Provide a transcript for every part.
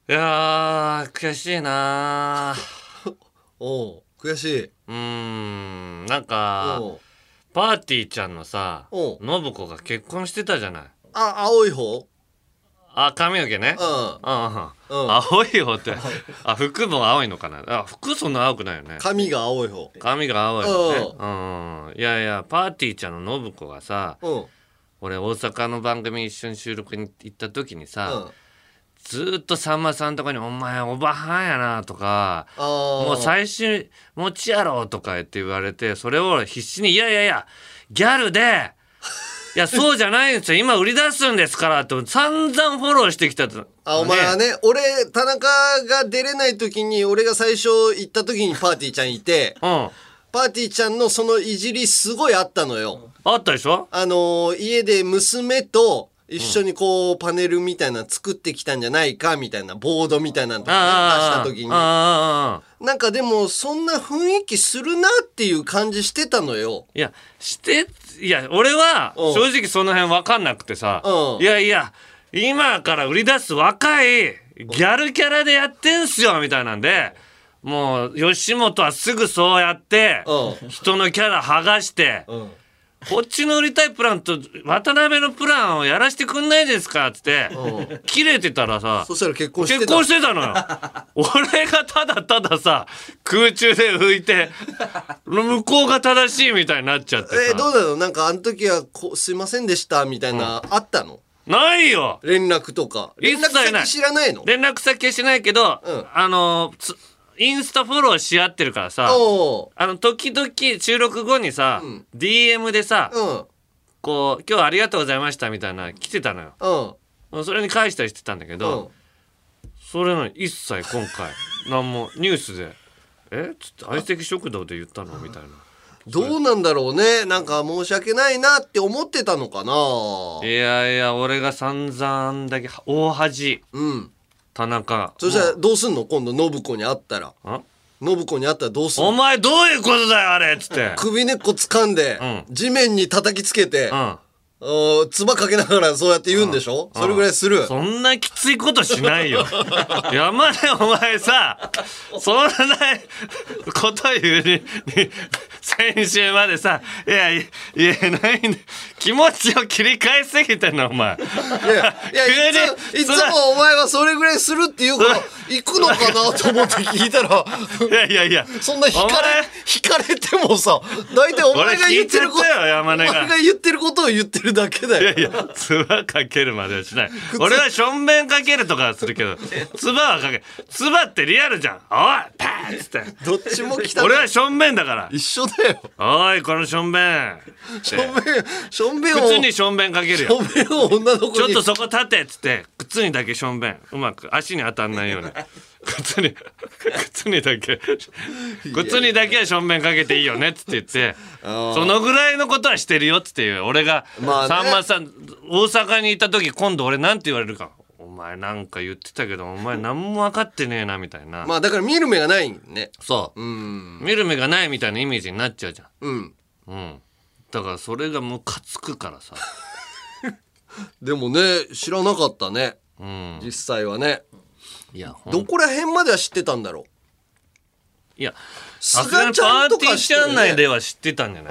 いやー悔しいなおう悔しい。 なんかおうパーティーちゃんのさおう信子が結婚してたじゃない。 青い方。 あ、髪の毛ね。青い方って服も青いのかな。服そんな青くないよね。 髪が青い方。 髪が青い方ね。いやいやパーティーちゃんの信子がさ、俺大阪の番組一緒に収録に行った時にさ、ずーっとさんまさんとかに「お前おばはんやな」とか「もう最終持ちやろ」とか言って言われて、それを必死に「いやいやいやギャルでいやそうじゃないんですよ今売り出すんですから」って散々フォローしてきたと。 お前はね、俺田中が出れない時に俺が最初行った時にパーティーちゃんいて、パーティーちゃんのそのいじりすごいあったのよ。 あったでしょ。 家で娘と一緒にこうパネルみたいなの作ってきたんじゃないかみたいなボードみたいなのとか、ね、出した時になんかでもそんな雰囲気するなっていう感じしてたのよ。 いや俺は正直その辺分かんなくてさ、いやいや今から売り出す若いギャルキャラでやってんすよみたいなんで、もう吉本はすぐそうやって人のキャラ剥がしてこっちの売りたいプランと渡辺のプランをやらしてくんないですかっつって切れてたらさ、 そしたら結婚してたのよ俺がただたださ空中で浮いて向こうが正しいみたいになっちゃってさ。 どうなの。なんかあの時はすいませんでしたみたいな、あったの。 ないよ連絡とか。連絡先知らないの。 連絡先はしないけど、インスタフォローし合ってるからさ、時々収録後にさ、DM でさ、こう今日ありがとうございましたみたいな来てたのよ。それに返したりしてたんだけど、それの一切今回何もニュースでつって相席食堂で言ったのみたいな。 どうなんだろうね。なんか申し訳ないなって思ってたのかな。 いやいや俺が散々だけ大恥。田中。 そしたらどうすんの今度信子に会ったら。信子に会ったらどうすんの。 お前どういうことだよあれっつって首根っこ掴んで、地面に叩きつけて、唾かけながらそうやって言うんでしょ。それぐらいする。 そんなきついことしないよ山根お前さそんなこと言うに先週までさいや言えないんで気持ちを切り替えすぎてんのお前。いつもお前はそれぐらいするって言うから行くのかなと思って聞いたらいやそんな引かれてもさ大体お前が言ってること山根が言ってることを言ってるだけだよ。 いや唾かけるまではしない。俺はしょんべんかけるとかするけど唾はかけ唾ってリアルじゃん。おいパーッつってどっちも来た。 俺はしょんべんだから一緒だよ。 おいこのしょんべんしょんべんを靴にしょんべんかけるよ。 しょんべんを女の子にちょっとそこ立てっつって靴にだけしょんべんうまく足に当たんないように靴にだけはしょんべんかけていいよねっつって言ってそのぐらいのことはしてるよっつっていう俺がさんまさん大阪にいた時今度俺なんて言われるか。お前なんか言ってたけどお前何も分かってねえなみたいな。 まあだから見る目がないね。 そう見る目がないみたいなイメージになっちゃうじゃん。だからそれがムカつくからさでもね知らなかったね、実際はね。 いやどこら辺までは知ってたんだろう。いやさすがにパーティーちゃん内では知ってたんじゃない。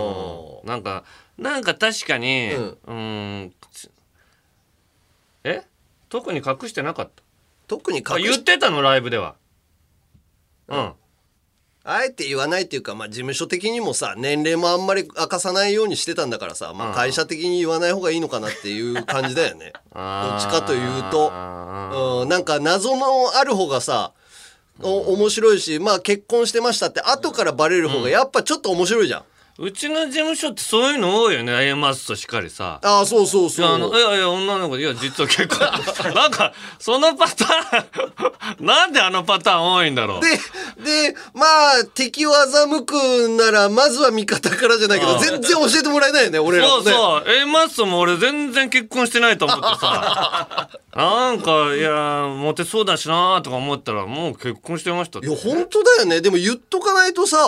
なんか確かに特に隠してなかった。 特に言ってたのライブでは。 あえて言わないっていうか、まあ、事務所的にもさ年齢もあんまり明かさないようにしてたんだからさ、まあ、会社的に言わない方がいいのかなっていう感じだよねどっちかというと、なんか謎のある方がさ面白いし、まあ結婚してましたって後からバレる方がやっぱちょっと面白いじゃん。 うちの事務所ってそういうの多いよね。Aマスとしかりさ。 そういや女の子で実は結構なんかそのパターンなんであのパターン多いんだろう。 でまあ敵を欺くならまずは味方からじゃないけど全然教えてもらえないよね俺らもね。 そう A マスも俺全然結婚してないと思ってさなんかいやモテそうだしなとか思ったらもう結婚してましたって。 いや本当だよね。でも言っとかないとさ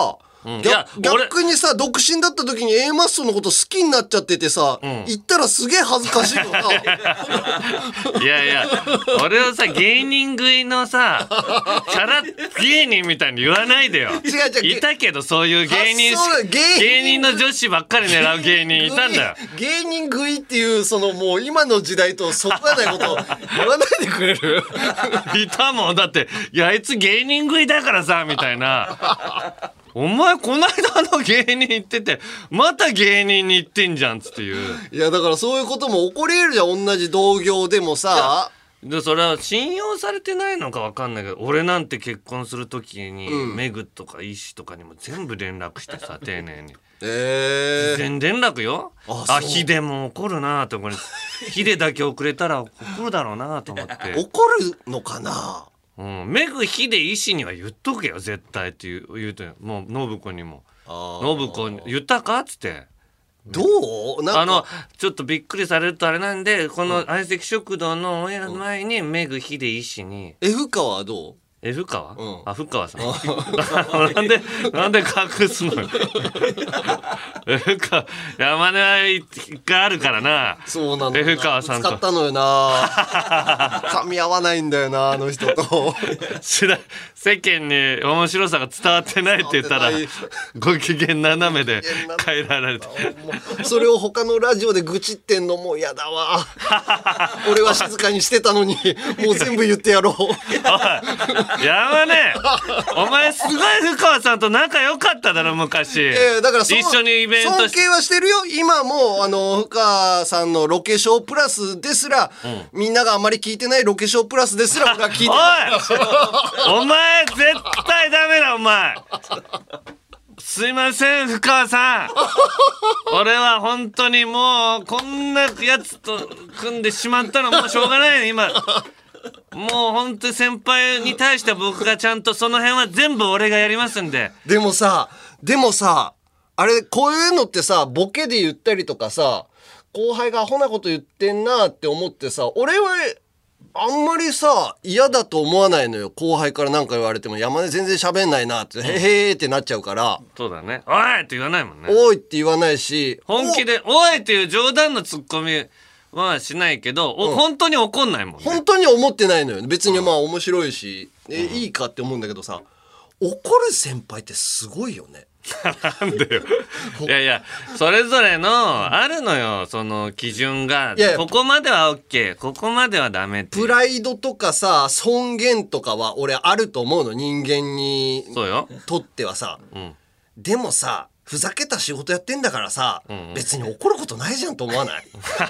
逆にさ独身だった時に A マッソのこと好きになっちゃっててさ、言ったらすげえ恥ずかしいよな。 いやいや俺をさ芸人食いのさチャラ芸人みたいに言わないでよ。いたけどそういう芸人の女子ばっかり狙う芸人いたんだよ。 芸人食いっていうそのもう今の時代とそぐわないこと言わないでくれる。 いたもんだって、いやあいつ芸人食いだからさみたいな。お前この間の芸人行っててまた芸人に行ってんじゃんっつっていう。 いやだからそういうことも起こり得るじゃん。同じ同業でもさ。 でそれは信用されてないのか分かんないけど、俺なんて結婚する時に、メグとか石とかにも全部連絡してさ丁寧に。事前連絡よ。ヒデも怒るなと思って、ヒデだけ遅れたら怒るだろうなと思って。 怒るのかな。 メグヒデ石には言っとけよ絶対って言うと、もう信子にも信子に言ったかっつって。 どうなんかちょっとびっくりされるとあれなんで、この相席食堂のオンエア前にメグヒデ石に。 F 川はどう F 川、ふっかわさんなんで隠すのよ。F 川山根は一回あるからな。 そうなの。 F 川さんと使ったのよな。噛み合わないんだよなあの人と。 世間に面白さが伝わってないって言ったらご機嫌斜めで変えられて、 それを他のラジオで愚痴ってんのも嫌だわ。俺は静かにしてたのにもう全部言ってやろう。 山根お前すごい深川さんと仲良かっただろ昔。 だから一緒にイベント尊敬はしてるよ。今も深川さんのロケショープラスですら、みんながあまり聞いてないロケショープラスですら俺は聞いておいお前絶対ダメだお前。すいません深川さん。俺は本当にもうこんなやつと組んでしまったのもうしょうがないね今。もう本当に先輩に対して僕がちゃんとその辺は全部俺がやりますんで。 でもさあれこういうのってさボケで言ったりとかさ、後輩がアホなこと言ってんなって思ってさ、俺はあんまりさ嫌だと思わないのよ。後輩から何か言われても山根全然喋んないなってへーってなっちゃうから。 そうだね。おいって言わないもんね。 おいって言わないし、 本気でおいっていう冗談のツッコミはしないけど、本当に怒んないもんね。 本当に思ってないのよ。別にまあ面白いし、いいかって思うんだけどさ、怒る先輩ってすごいよね。 なんでよ。いやいやそれぞれのあるのよ、その基準が。ここまでは OK ここまではダメって。 プライドとかさ尊厳とかは俺あると思うの、人間にとってはさ。でもさふざけた仕事やってんだからさ、別に怒ることないじゃんと思わない？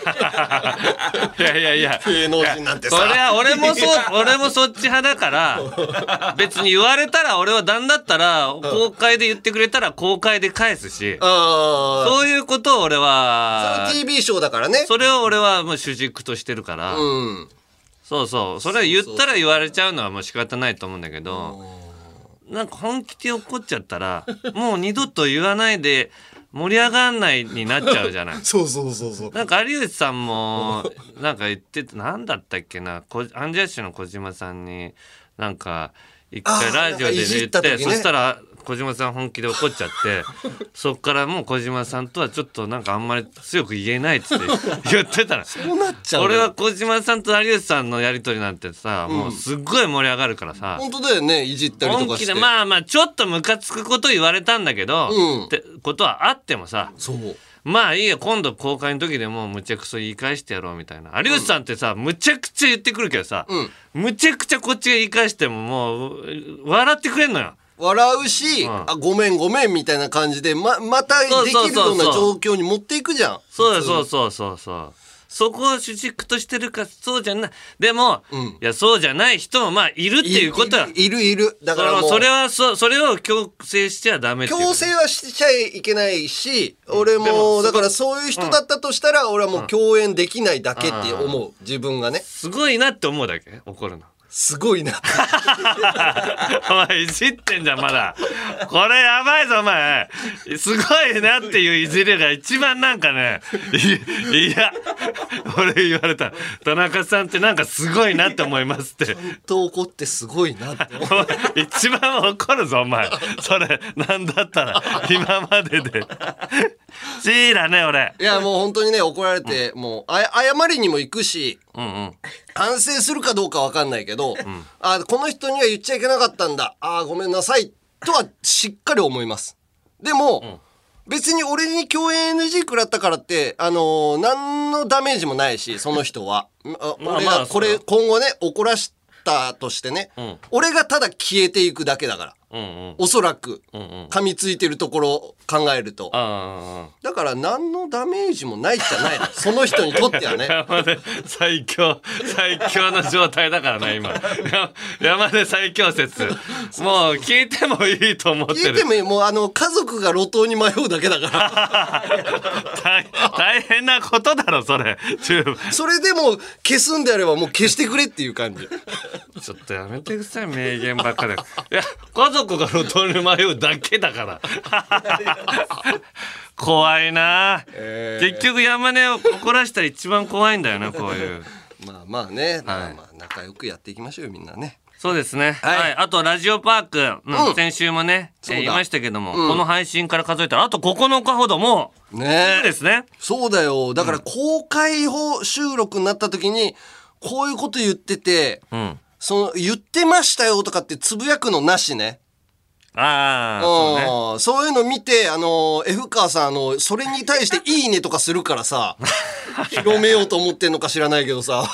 いや芸能人なんてさ。 それは俺もそっち派だから別に言われたら俺はなんだったら公開で言ってくれたら公開で返すし、そういうことを俺は。 それ TV ショーだからね。 それを俺はもう主軸としてるから、そうそれ言ったら言われちゃうのはもう仕方ないと思うんだけど、なんか本気で怒っちゃったらもう二度と言わないで盛り上がんないになっちゃうじゃない。 そうなんか有吉さんもなんか言ってて、なんだったっけな、アンジャッシュの小島さんになんか一回ラジオで言って、そしたら小島さん本気で怒っちゃってそっからもう小島さんとはちょっとなんかあんまり強く言えないっつって言ってたらそうなっちゃう。 俺は小島さんと有吉さんのやり取りなんてさ、もうすっごい盛り上がるからさ。 本当だよね。いじったりとかして本気でまあちょっとムカつくこと言われたんだけど、ってことはあってもさ、まあいいや今度公開の時でもむちゃくちゃ言い返してやろうみたいな。有吉さんってさむちゃくちゃ言ってくるけどさ、むちゃくちゃこっちが言い返してももう笑ってくれんのよ。 笑うし、ごめんみたいな感じでまたできるような状況に持っていくじゃん。 そうそこを主軸としてるか。そうじゃないでも、いやそうじゃない人もまあいるっていうことは。 いるだからもうそれを強制しちゃダメっていう。 強制はしちゃいけないし、俺もだからそういう人だったとしたら俺はもう共演できないだけって思う、自分がね。 すごいなって思うだけ怒るの。 すごいなお前いじってんじゃんまだ。これやばいぞお前。すごいなっていういじりが一番なんかね、いや俺言われた、田中さんってなんかすごいなって思いますって。 と怒ってすごいなって一番怒るぞお前。それなんだったら今まででシーラね俺。 いやもう本当にね怒られて、もう謝りにも行くし、反省するかどうかわかんないけど、この人には言っちゃいけなかったんだ、ごめんなさいとはしっかり思います。でも、別に俺に共演 NG 食らったからって何のダメージもないし、その人は俺がこれ今後ね怒らしたとしてね、俺がただ消えていくだけだから、おそらく、噛みついてるところを考えると、だから何のダメージもないじゃないのその人にとってはね。 山根最強の状態だからね今。山根最強説もう聞いてもいいと思ってる。 聞いてもいい。もう家族が路頭に迷うだけだから大変なことだろそれ。 それでも消すんであればもう消してくれっていう感じ。 ちょっとやめてください名言ばっかで。いや家族が路頭に迷うだけだから怖いな、結局山根を怒らしたら一番怖いんだよなこういう。 まあね、仲良くやっていきましょうよみんなね。 そうですね、はい、あとラジオパーク、先週もね、言いましたけども、この配信から数えたらあと9日ほどもうですね。 そうだよ。だから公開収録になった時にこういうこと言ってて、言ってましたよとかってつぶやくのなしね。そういうの見てF 川さんそれに対していいねとかするからさ広めようと思ってんのか知らないけどさ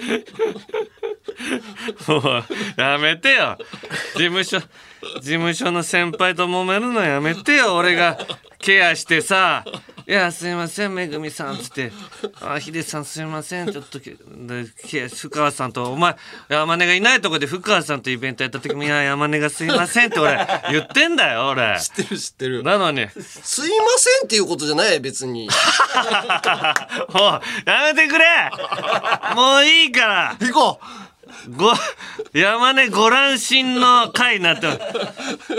もうやめてよ。事務所の先輩と揉めるのやめてよ。俺がケアしてさ、いやすいませんめぐみさんっつって、ヒデさんすいませんちょっと深川さんとお前山根がいないとこで深川さんとイベントやった時も、いや山根がすいませんって俺言ってんだよ俺。 知ってるなのにすいませんっていうことじゃない別に。もうやめてくれもういいから行こう。 山根ご乱心の回になってます。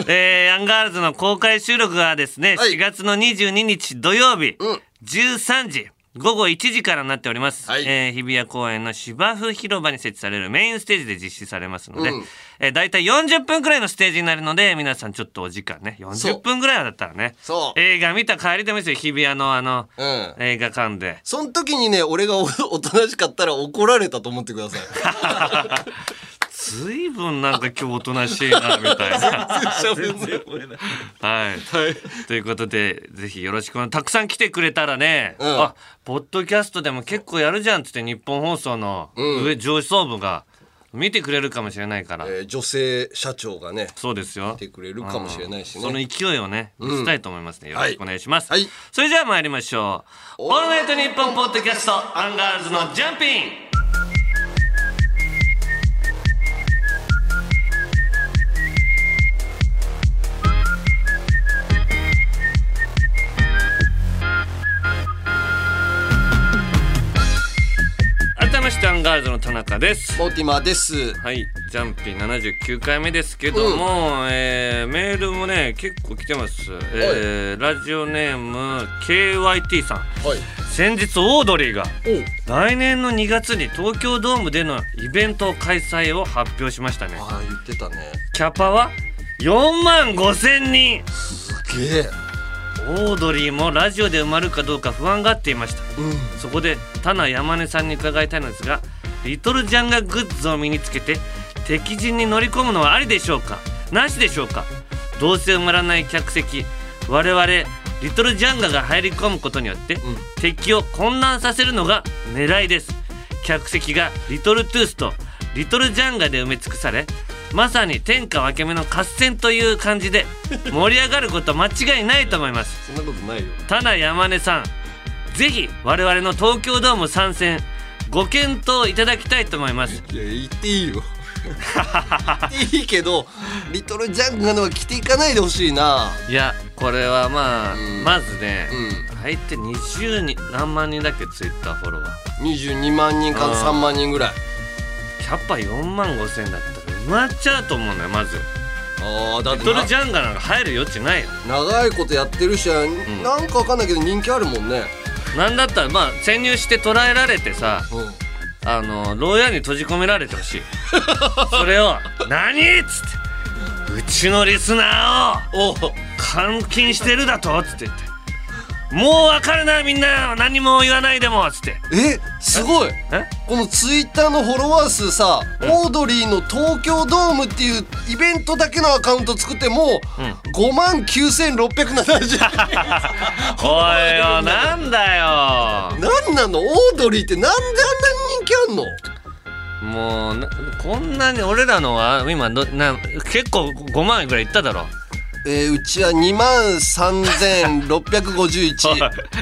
ヤンガールズの公開収録がですね、4月の22日土曜日、13時午後1時からになっております、日比谷公園の芝生広場に設置されるメインステージで実施されますので、だいたい40分くらいのステージになるので、皆さんちょっとお時間ね40分くらいだったらね、映画見た帰りでもいいですよ。日比谷の映画館で。 その時にね俺がおとなしかったら怒られたと思ってください。 ずいぶんなんか今日おとなしいなみたいな。はい、ということでぜひよろしく。たくさん来てくれたらね、ポッドキャストでも結構やるじゃんっつって日本放送の上層部が見てくれるかもしれないから、 女性社長がね、 そうですよ、 見てくれるかもしれないしね。 その勢いをね見せたいと思いますね。よろしくお願いします。それじゃあ参りましょう。オールナイトニッポンポッドキャストアンガールズのジャンピン。アンガールズの田中です。 モーティマーです。 はい、ジャンピン79回目ですけども、メールもね結構来てます。ラジオネーム KYT さん、先日オードリーが来年の2月に東京ドームでのイベント開催を発表しましたね。 言ってたね。 キャパは4万5,000人。 すげえ。 オードリーもラジオで埋まるかどうか不安がっていました、そこで田名山根さんに伺いたいのですが、リトルジャンガグッズを身につけて敵陣に乗り込むのはありでしょうか、なしでしょうか。どうせ埋まらない客席、我々リトルジャンガが入り込むことによって、敵を混乱させるのが狙いです。客席がリトルトゥースとリトルジャンガで埋め尽くされ、まさに天下分け目の合戦という感じで盛り上がること間違いないと思います。 そんなことないよ。 田名山根さん、ぜひ我々の東京ドーム参戦ご検討いただきたいと思います。 いや言っていいよいいけどリトルジャンガのは着ていかないでほしいな。 いやこれはまずね、相手20何万人だっけツイッターフォロワー。 22万人から3万人ぐらい。 キャパ4万5千だったら埋まっちゃうと思うのよまず。 だってリトルジャンガなんか入る余地ないよ。 長いことやってるし、なんかわかんないけど人気あるもんね。 なんだったらまあ潜入して捕らえられてさ、牢屋に閉じ込められてほしい。それを「何?」っつって「うちのリスナーを監禁してるだと?」っつって言って「もう分かるなみんな何も言わないでも」っつって。 すごい。このツイッターのフォロワー数さ、オードリーの東京ドームっていうイベントだけのアカウント作っても59,670 おいよなんだよ。 なんなのオードリーってなんであんなに人気あんの。 もうこんなに俺らのは今結構5万ぐらいいっただろ。 うちは23,651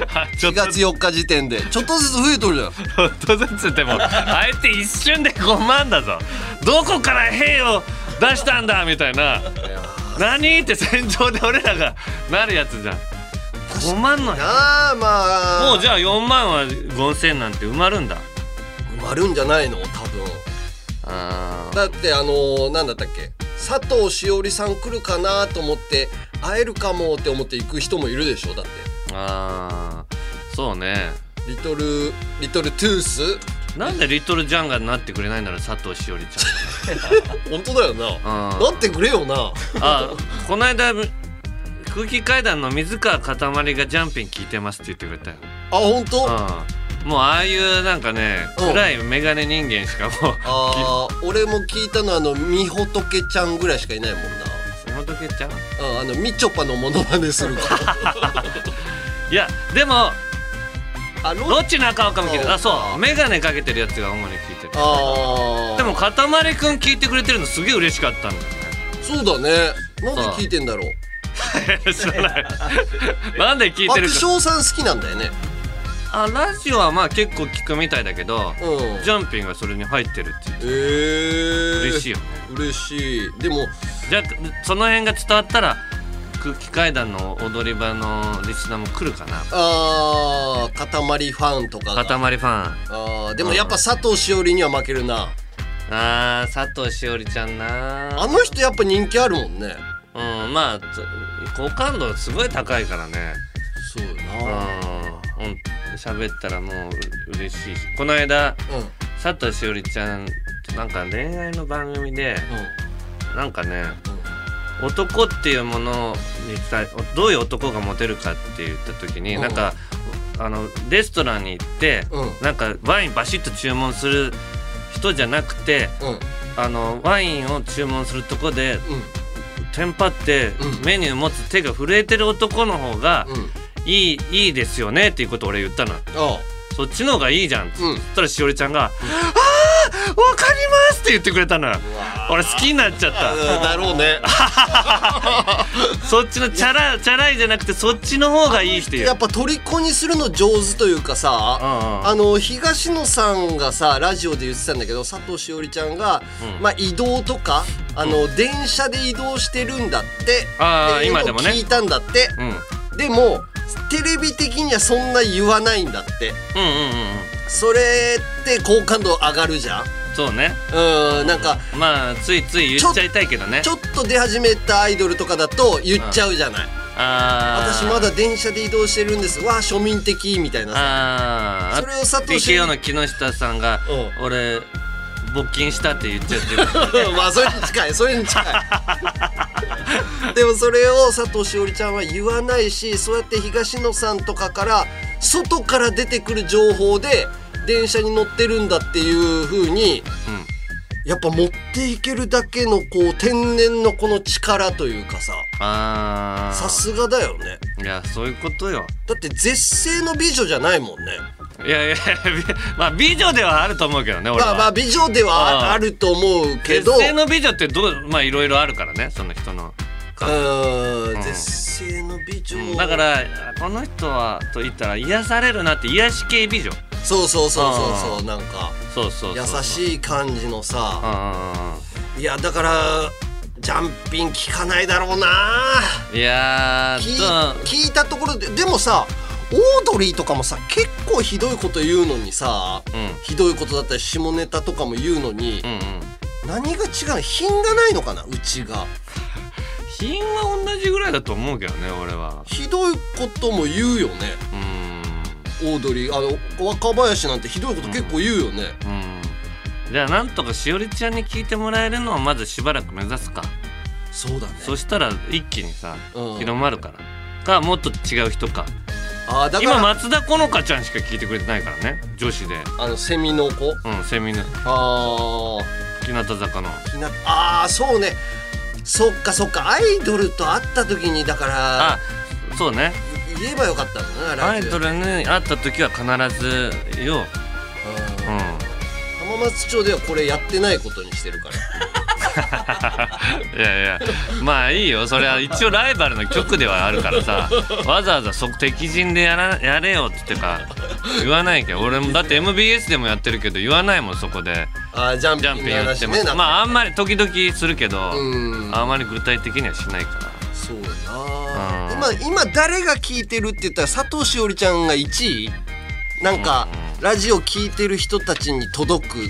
4月4日時点でちょっとずつ増えとるじゃん。 ちょっとずつでもあえて一瞬で5万だぞ。どこから兵を出したんだみたいな何って戦場で俺らがなるやつじゃん。5万のまあもうじゃあ4万は5千なんて埋まるんだ。 埋まるんじゃないの多分。だってなんだったっけ、佐藤しおりさん来るかなと思って会えるかもって思って行く人もいるでしょ。だってそうね。 リトルトゥースなんでリトルジャンガになってくれないんだろう佐藤しおりちゃん。本当だよな。なってくれよな。 この間空気階段の水川かたまりがジャンピン聞いてますって言ってくれたよ。 本当？ もうああいうなんかね暗いメガネ人間しかもう俺も聞いたのはみほとけちゃんぐらいしかいないもんな。 みほとけちゃんみちょぱのモノマネするからいやでもどっちの顔かも聞いてる。そうメガネかけてるやつが主に聞いてる。でもかたまりくん聞いてくれてるのすげえ嬉しかったんだよね。 そうだね。なんで聞いてんだろう。 知らないなんで聞いてるか。 爆笑さん好きなんだよね。 ラジオはまあ結構聞くみたいだけど、ジャンピンがそれに入ってるって言って嬉しいよね。 嬉しい。でもじゃあその辺が伝わったら空気階段の踊り場のリスナーも来るかな。 かたまりファンとかが。 かたまりファン。でもやっぱ佐藤しおりには負けるな。 佐藤しおりちゃんな。 あの人やっぱ人気あるもんね。 まあ好感度すごい高いからね。 そうよな。 喋ったらもう嬉しいし。この間、佐藤しおりちゃんなんか恋愛の番組で、なんかね、男っていうものにどういう男がモテるかって言った時に、なんかレストランに行って、なんかワインバシッと注文する人じゃなくて、ワインを注文するとこで、テンパってメニュー持つ手が震えてる男の方が、いいですよねっていうことを俺言ったの。そっちの方がいいじゃんって言ったらしおりちゃんが「わかります!」って言ってくれたのよ。俺好きになっちゃった。 だろうね。 そっちのチャラいじゃなくてそっちの方がいいっていう。 やっぱ虜にするの上手というかさ、東野さんがさラジオで言ってたんだけど、佐藤しおりちゃんが、移動とか電車で移動してるんだって今でもね聞いたんだって。でもテレビ的にはそんな言わないんだって。それって好感度上がるじゃん。 そうね。 なんかまあついつい言っちゃいたいけどね。 ちょっと出始めたアイドルとかだと言っちゃうじゃない。私まだ電車で移動してるんです。わあ庶民的みたいなさ。それを佐藤 TKO の木下さんが俺勃起したって言っちゃってる。 まあそれに近い。でもそれを佐藤しおりちゃんは言わないし、そうやって東野さんとかから外から出てくる情報で電車に乗ってるんだっていう風に、やっぱ持っていけるだけのこう天然のこの力というかさ、さすがだよね。 いやそういうことよ。 だって絶世の美女じゃないもんね。 いやまあ美女ではあると思うけどね。俺はまあ美女ではあると思うけど、 絶世の美女ってまあいろいろあるからね、その人の。 絶世の美女、 だからこの人はと言ったら癒されるなって、癒し系美女。 そうなんか優しい感じのさ。いやだからジャンピン効かないだろうな。 いや聞いたところででもさ、 オードリーとかもさ結構ひどいこと言うのにさ、ひどいことだったり下ネタとかも言うのに、何が違うの？品がないのかな、うちが。 品は同じぐらいだと思うけどね、俺は。 ひどいことも言うよね。オードリー、若林なんてひどいこと結構言うよね。 じゃあなんとかしおりちゃんに聞いてもらえるのをまずしばらく目指すか。 そうだね。 そしたら一気にさ、広まるからか、もっと違う人か。 だから今松田好花ちゃんしか聞いてくれてないからね、女子で。 セミの子。 セミの。日向坂の。 そうね。そっかアイドルと会った時にだから。 そうね。 言えばよかったんだな。 アイドルに会った時は必ずよ。 浜松町ではこれやってないことにしてるからいやまあいいよ、それは一応ライバルの局ではあるからさ、わざわざ敵陣でやれよって言ってか言わないけど、俺もだって MBS でもやってるけど言わないもん、そこでジャンピンやってます。まああんまり時々するけど、あんまり具体的にはしないから。 そうだな。今誰が聞いてるって言ったら佐藤しおりちゃんが1位。なんかラジオ聞いてる人たちに届く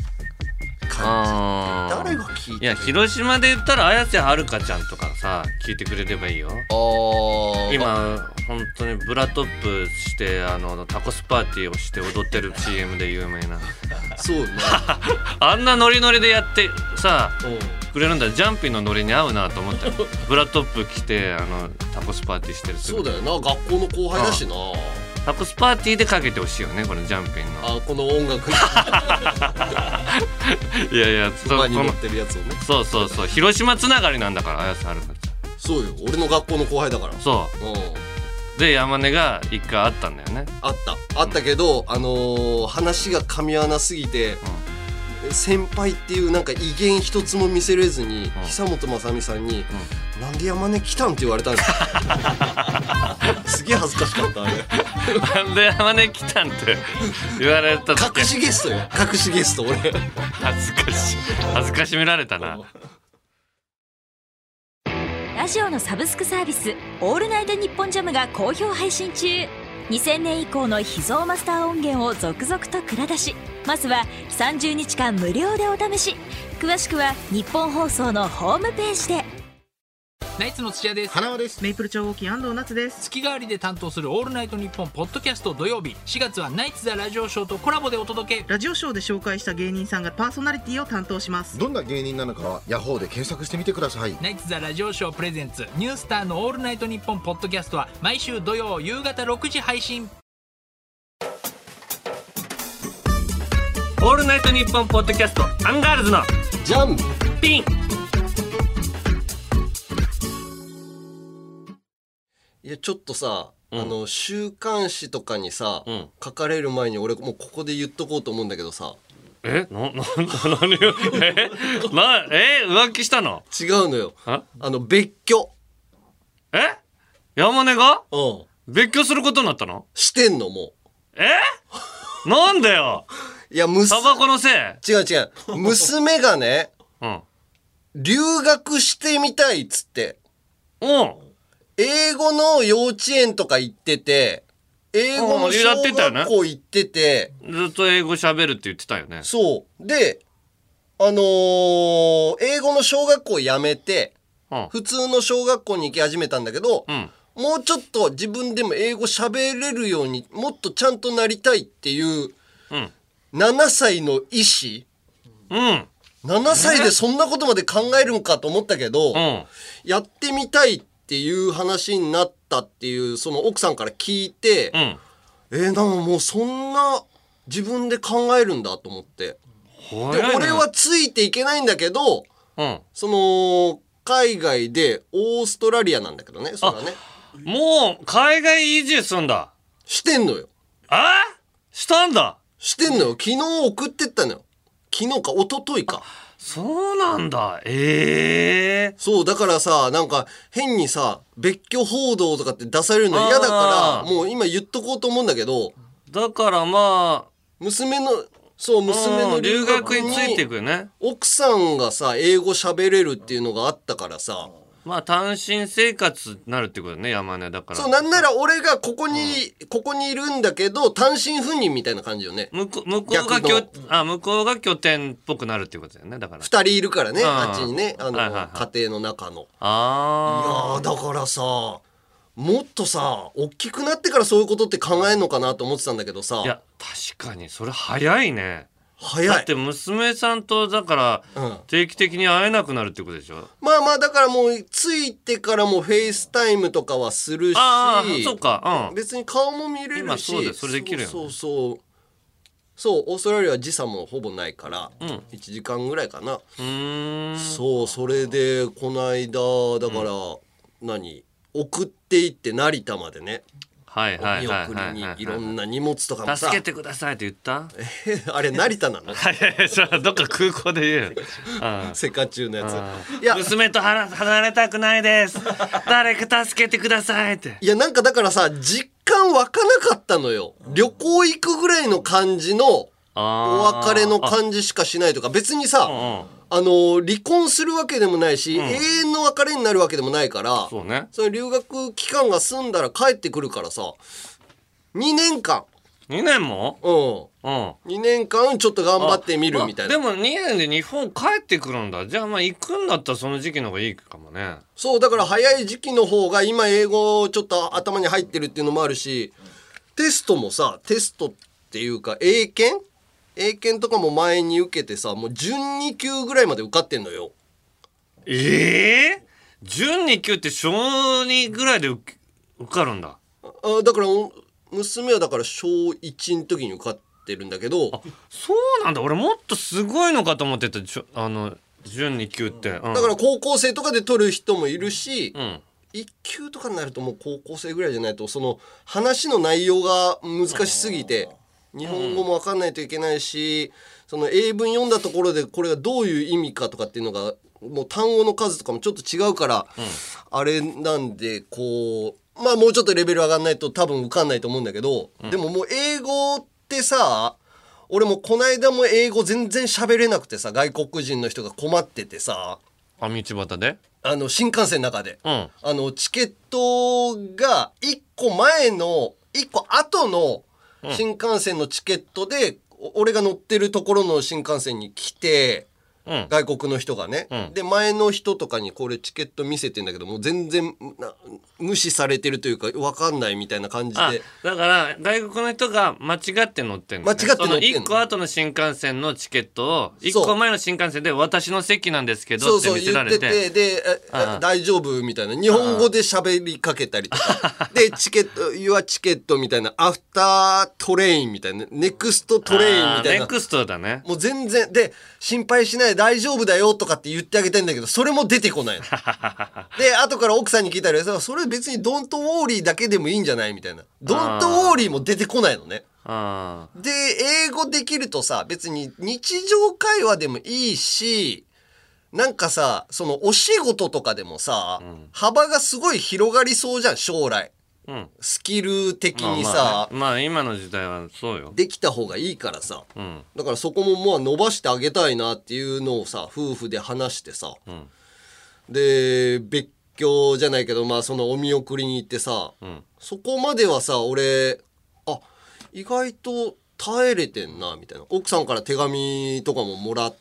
感じ。誰が聞いてる？ いや、広島で言ったら綾瀬はるかちゃんとかさ聞いてくれればいいよ。今本当にブラトップしてタコスパーティーをして踊ってる CM で有名な。 そうねあんなノリノリでやってさくれるんだ。ジャンピンのノリに合うなと思ったよ。ブラトップ着てタコスパーティーしてる。そうだよな、学校の後輩だしな。 タコスパーティーでかけてほしいよね、このジャンピンの。 この音楽いや馬に乗ってるやつをね。 そう広島つながりなんだから、綾瀬はるかちゃん。 そうよ、俺の学校の後輩だから。 そうで山根が一回会ったんだよね。 あったけど、話が噛み合わなすぎて、先輩っていうなんか威厳一つも見せれずに、久本雅美さんに、なんで山根来たんって言われたんですよ。すげえ恥ずかしかったあれ。 なんで山根来たんって言われた。 隠しゲストよ、隠しゲスト。俺恥ずかしめられたな。 ラジオのサブスクサービスオールナイトニッポンジャムが好評配信中。2000年以降の秘蔵マスター音源を続々と蔵出し。まずは30日間無料でお試し。詳しくは日本放送のホームページで。 ナイツの土屋です。 花輪です。 メイプル超合金安藤夏です。 月替わりで担当するオールナイトニッポンポッドキャスト土曜日。4月はナイツザラジオショーとコラボでお届け。 ラジオショーで紹介した芸人さんがパーソナリティを担当します。 どんな芸人なのかはヤホーで検索してみてください。 ナイツザラジオショープレゼンツニュースターのオールナイトニッポンポッドキャストは毎週土曜夕方6時配信。 オールナイトニッポンポッドキャストアンガールズのジャンピン。 いやちょっとさ、週刊誌とかにさ、書かれる前に俺もうここで言っとこうと思うんだけどさ。 何浮気したの？ 違うのよ。別居。 山根が？別居することになったの？ してんのもう。なんだよ。 いやタバコのせい？ 違う娘がね、留学してみたいっつって。英語の幼稚園とか行ってて、英語の小学校行ってて、 ずっと英語喋るって言ってたよね。 そうで、英語の小学校辞めて、普通の小学校に行き始めたんだけど、もうちょっと自分でも英語喋れるようにもっとちゃんとなりたいっていう、7歳の意思、7歳でそんなことまで考えるんかと思ったけど、やってみたいっていう話になったっていう、その奥さんから聞いて、なんかもうそんな自分で考えるんだと思って。で俺はついていけないんだけど、その海外でオーストラリアなんだけどね、それはね。 もう海外移住すんだ。 してんのよ。 したんだ。 してんのよ。昨日送ってったのよ。昨日か一昨日か。 そうなんだ。 そうだからさ、なんか変にさ別居報道とかって出されるの嫌だからもう今言っとこうと思うんだけど。 だからまあ娘の留学についていくよね。 奥さんがさ英語喋れるっていうのがあったからさ、 まあ単身生活になるってことね、山根だから。 そう、なんなら俺がここにいるんだけど単身赴任みたいな感じよね。 向こうが拠点っぽくなるっていうことだよね。だから 2人いるからね、あっちにね、家庭の中の。いやだからさ、もっとさ大きくなってからそういうことって考えるのかなと思ってたんだけどさ。 いや確かにそれ早いね。 早い。 だって娘さんとだから定期的に会えなくなるってことでしょ。 まあまあだからもう着いてからもフェイスタイムとかはするし、 そうか、 別に顔も見れるし、 今そうだ、それできるよね。 そうオーストラリアは時差もほぼないから、1時間ぐらいかな。そうそれでこの間だから、送っていって成田までね。お見送りにいろんな荷物とかもさ、 助けてくださいって言った？ あれ成田なの？ どっか空港で言う。 セカチュウのやつ。 いや娘と離れたくないです。誰か助けてくださいって。 いやなんかだからさ実感湧かなかったのよ。旅行行くぐらいの感じのお別れの感じしかしないとか、別にさ離婚するわけでもないし、永遠の別れになるわけでもないから、 そうね、 その留学期間が済んだら帰ってくるからさ、2年間 2年も 2年間ちょっと頑張ってみるみたいな。 でも2年で日本帰ってくるんだ。じゃあまあ行くんだったらその時期の方がいいかもね。 そうだから早い時期の方が今英語ちょっと頭に入ってるっていうのもあるし、テストっていうか英検とかも前に受けてさ、もう準2級ぐらいまで受かってんのよ。 準2級って小2ぐらいで受かるんだ。 だから娘はだから小1の時に受かってるんだけど。 そうなんだ。俺もっとすごいのかと思ってた。準2級って、だから高校生とかで取る人もいるし、1級とかになるともう高校生ぐらいじゃないとその話の内容が難しすぎて日本語も分かんないといけないし、その英文読んだところでこれがどういう意味かとかっていうのがもう単語の数とかもちょっと違うから、あれなんでこうまあもうちょっとレベル上がんないと多分受かんないと思うんだけど、でももう英語ってさ、俺もこないだも英語全然喋れなくてさ、外国人の人が困っててさ、 道端で新幹線の中で、チケットが1個後の新幹線のチケットで、俺が乗ってるところの新幹線に来て、外国の人がね、で前の人とかにこれチケット見せてんだけども全然無視されてるというか分かんないみたいな感じで。 だから外国の人が間違って乗ってんの、ね、 間違って乗ってんの。 1個後の新幹線のチケットを1個前の新幹線で私の席なんですけどって見せられて、 言ってて、で大丈夫みたいな日本語で喋りかけたりとかでチケットユアチケットみたいな、アフタートレインみたいな、ネクストトレインみたいな、 ネクストだね。 もう全然で心配しない大丈夫だよとかって言ってあげてんだけど、それも出てこないので後から奥さんに聞いたら、それ別にドントウォーリーだけでもいいんじゃないみたいな、ドントウォーリーも出てこないのね。で英語できるとさ、別に日常会話でもいいし、なんかさそのお仕事とかでもさ、幅がすごい広がりそうじゃん将来。スキル的にさ、 まあ今の時代はそうよ、 できた方がいいからさ、だからそこももう伸ばしてあげたいなっていうのをさ夫婦で話してさ、で別居じゃないけどまあそのお見送りに行ってさ、そこまではさ俺意外と耐えれてんなみたいな、奥さんから手紙とかももらって、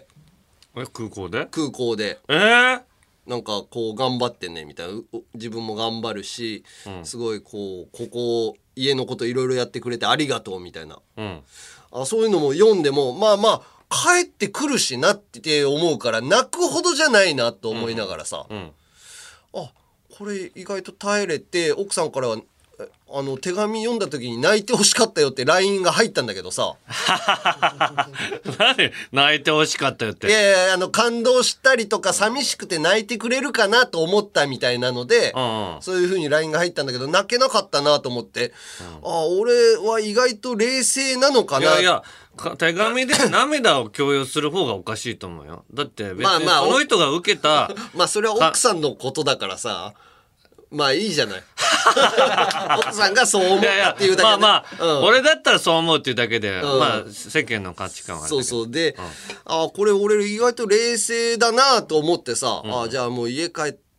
空港でなんかこう頑張ってねみたいな、自分も頑張るし、すごいここ家のこといろいろやってくれてありがとうみたいな、そういうのも読んでもまあ帰ってくるしなって思うから泣くほどじゃないなと思いながらさ、これ意外と耐えれて、奥さんからは手紙読んだ時に泣いてほしかったよって LINE が入ったんだけどさ何泣いてほしかったよって。 いや感動したりとか寂しくて泣いてくれるかなと思ったみたいなので、そういう風に LINE が入ったんだけど泣けなかったなと思って、俺は意外と冷静なのかな。 いや手紙で涙を共有する方がおかしいと思うよ。だって別にその人が受けたまあそれは奥さんのことだからさ、まあいいじゃない奥さんがそう思ったっていうだけで、 俺だったらそう思うっていうだけで、まあ世間の価値観はある。 そうで、これ俺意外と冷静だなと思ってさ、じゃあもう家帰っ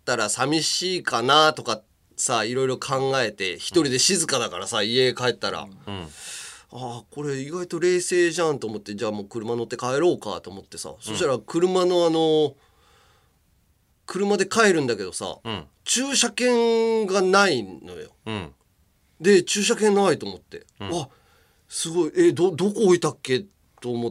ったら寂しいかなとかさ、いろいろ考えて、一人で静かだからさ、家帰ったら、あこれ意外と冷静じゃんと思って、じゃあもう車乗って帰ろうかと思ってさ、そしたら車の車で帰るんだけどさ、駐車券がないのよ、で駐車券ないと思って、あすごいどこ置いたっけと思って、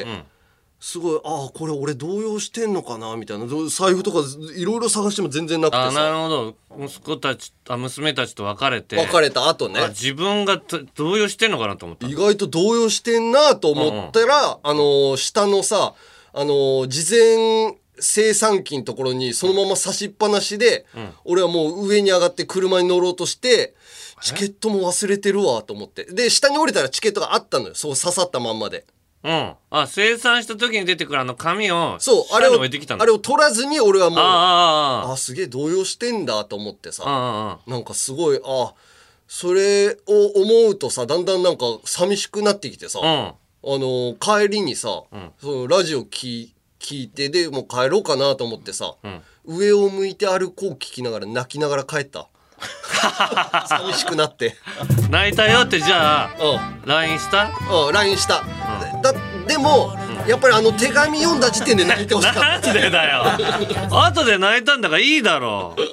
すごいこれ俺動揺してんのかなみたいな、財布とかいろいろ探しても全然なくてさ。 なるほど、娘たちと別れた後ね、 自分が動揺してんのかなと思った。 意外と動揺してんなと思ったら、下のさ事前精算機のところにそのまま差しっぱなしで、俺はもう上に上がって車に乗ろうとして、チケットも忘れてるわと思って、で下に降りたらチケットがあったのよ、そう刺さったまんまで。 生産した時に出てくる紙をあれを取らずに俺はもうすげえ動揺してんだと思ってさ、なんかすごいそれを思うとさ、だんだんなんか寂しくなってきてさ、帰りにさ、そのラジオ聞いて、でもう帰ろうかなと思ってさ、上を向いて歩こう聞きながら泣きながら帰った寂しくなって泣いたよって。じゃあ LINE した？ LINE した、でも、やっぱり手紙読んだ時点で泣いてほしかったなんでだよ後で泣いたんだからいいだろう。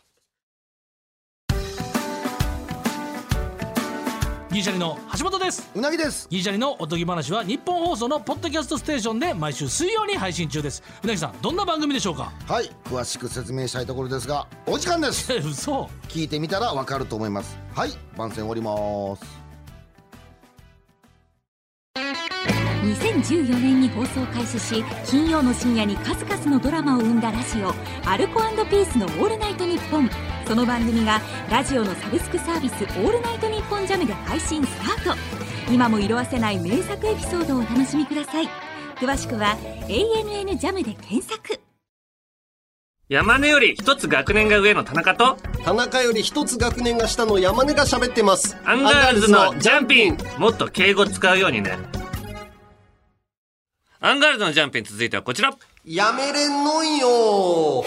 ギリシャリの橋本です。 うなぎです。 ギリシャリのおとぎ話は日本放送のポッドキャストステーションで毎週水曜に配信中です。うなぎさん、どんな番組でしょうか？ はい、詳しく説明したいところですが、お時間です。 嘘。 聞いてみたらわかると思います。はい、番宣終わります。 2014年に放送開始し、金曜の深夜に数々のドラマを生んだラジオアルコ&ピースのオールナイトニッポン。その番組がラジオのサブスクサービスオールナイトニッポンジャムで配信スタート。今も色褪せない名作エピソードをお楽しみください。詳しくは ANN ジャムで検索。 山根より一つ学年が上の田中と田中より一つ学年が下の山根が喋ってます。 アンガールズのジャンピン。もっと敬語使うようにね。アンガールズのジャンピン、続いてはこちら。 やめれんのんよ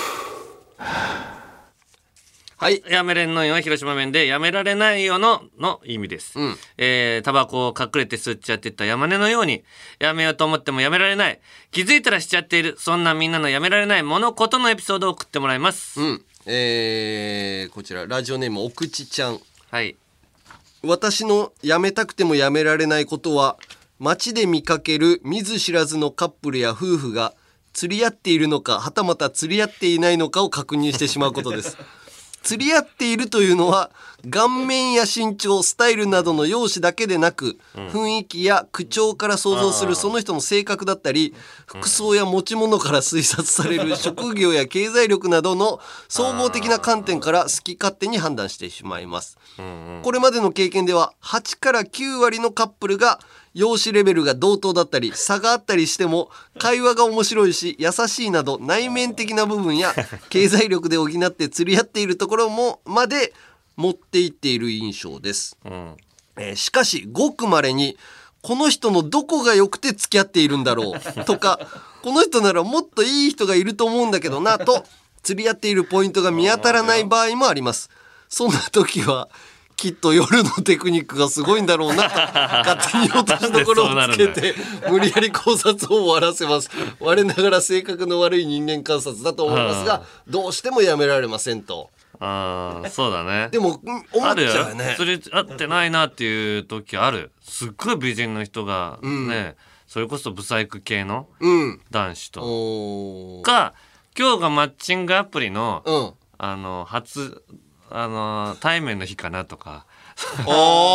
はい、 やめれんのんよは広島弁でやめられないよの意味です。タバコを隠れて吸っちゃってた山根のように、やめようと思ってもやめられない、気づいたらしちゃっている、そんなみんなのやめられない物事のエピソードを送ってもらいます。 こちらラジオネームおくちちゃん。 はい。 私のやめたくてもやめられないことは、街で見かける見ず知らずのカップルや夫婦が釣り合っているのか、はたまた釣り合っていないのかを確認してしまうことです釣り合っているというのは、顔面や身長、スタイルなどの容姿だけでなく、雰囲気や口調から想像するその人の性格だったり、服装や持ち物から推察される職業や経済力などの総合的な観点から好き勝手に判断してしまいます。これまでの経験では8から9割のカップルが容姿レベルが同等だったり差があったりしても、会話が面白いし優しいなど内面的な部分や経済力で補って釣り合っているところもまで持っていっている印象です。しかしごく稀に、この人のどこが良くて付き合っているんだろうとか、この人ならもっといい人がいると思うんだけどなと釣り合っているポイントが見当たらない場合もあります。そんな時はきっと夜のテクニックがすごいんだろうなと勝手に落としどころをつけて無理やり考察を終わらせます。我ながら性格の悪い人間観察だと思いますが、どうしてもやめられませんと。 そうだね。 でも思っちゃうよね。 釣り合ってないなっていう時ある。すっごい美人の人がね、それこそブサイク系の男子とか、今日がマッチングアプリの初対面の日かなとかじ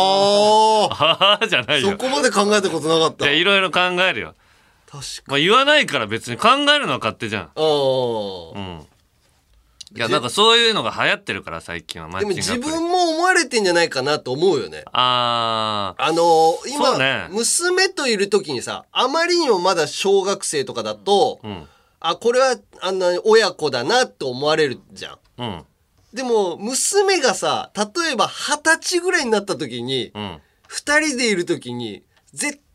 ゃないよ。 そこまで考えたことなかった。 いろいろ考えるよ。 確かに、言わないから別に考えるのは勝手じゃん。いやなんかそういうのが流行ってるから最近は。マッチングアプリでも自分も思われてんじゃないかなと思うよね。今、娘といる時にさ、あまりにもまだ小学生とかだと、これは親子だなと思われるじゃん。でも娘がさ、例えば20歳ぐらいになった時に、2人でいる時に絶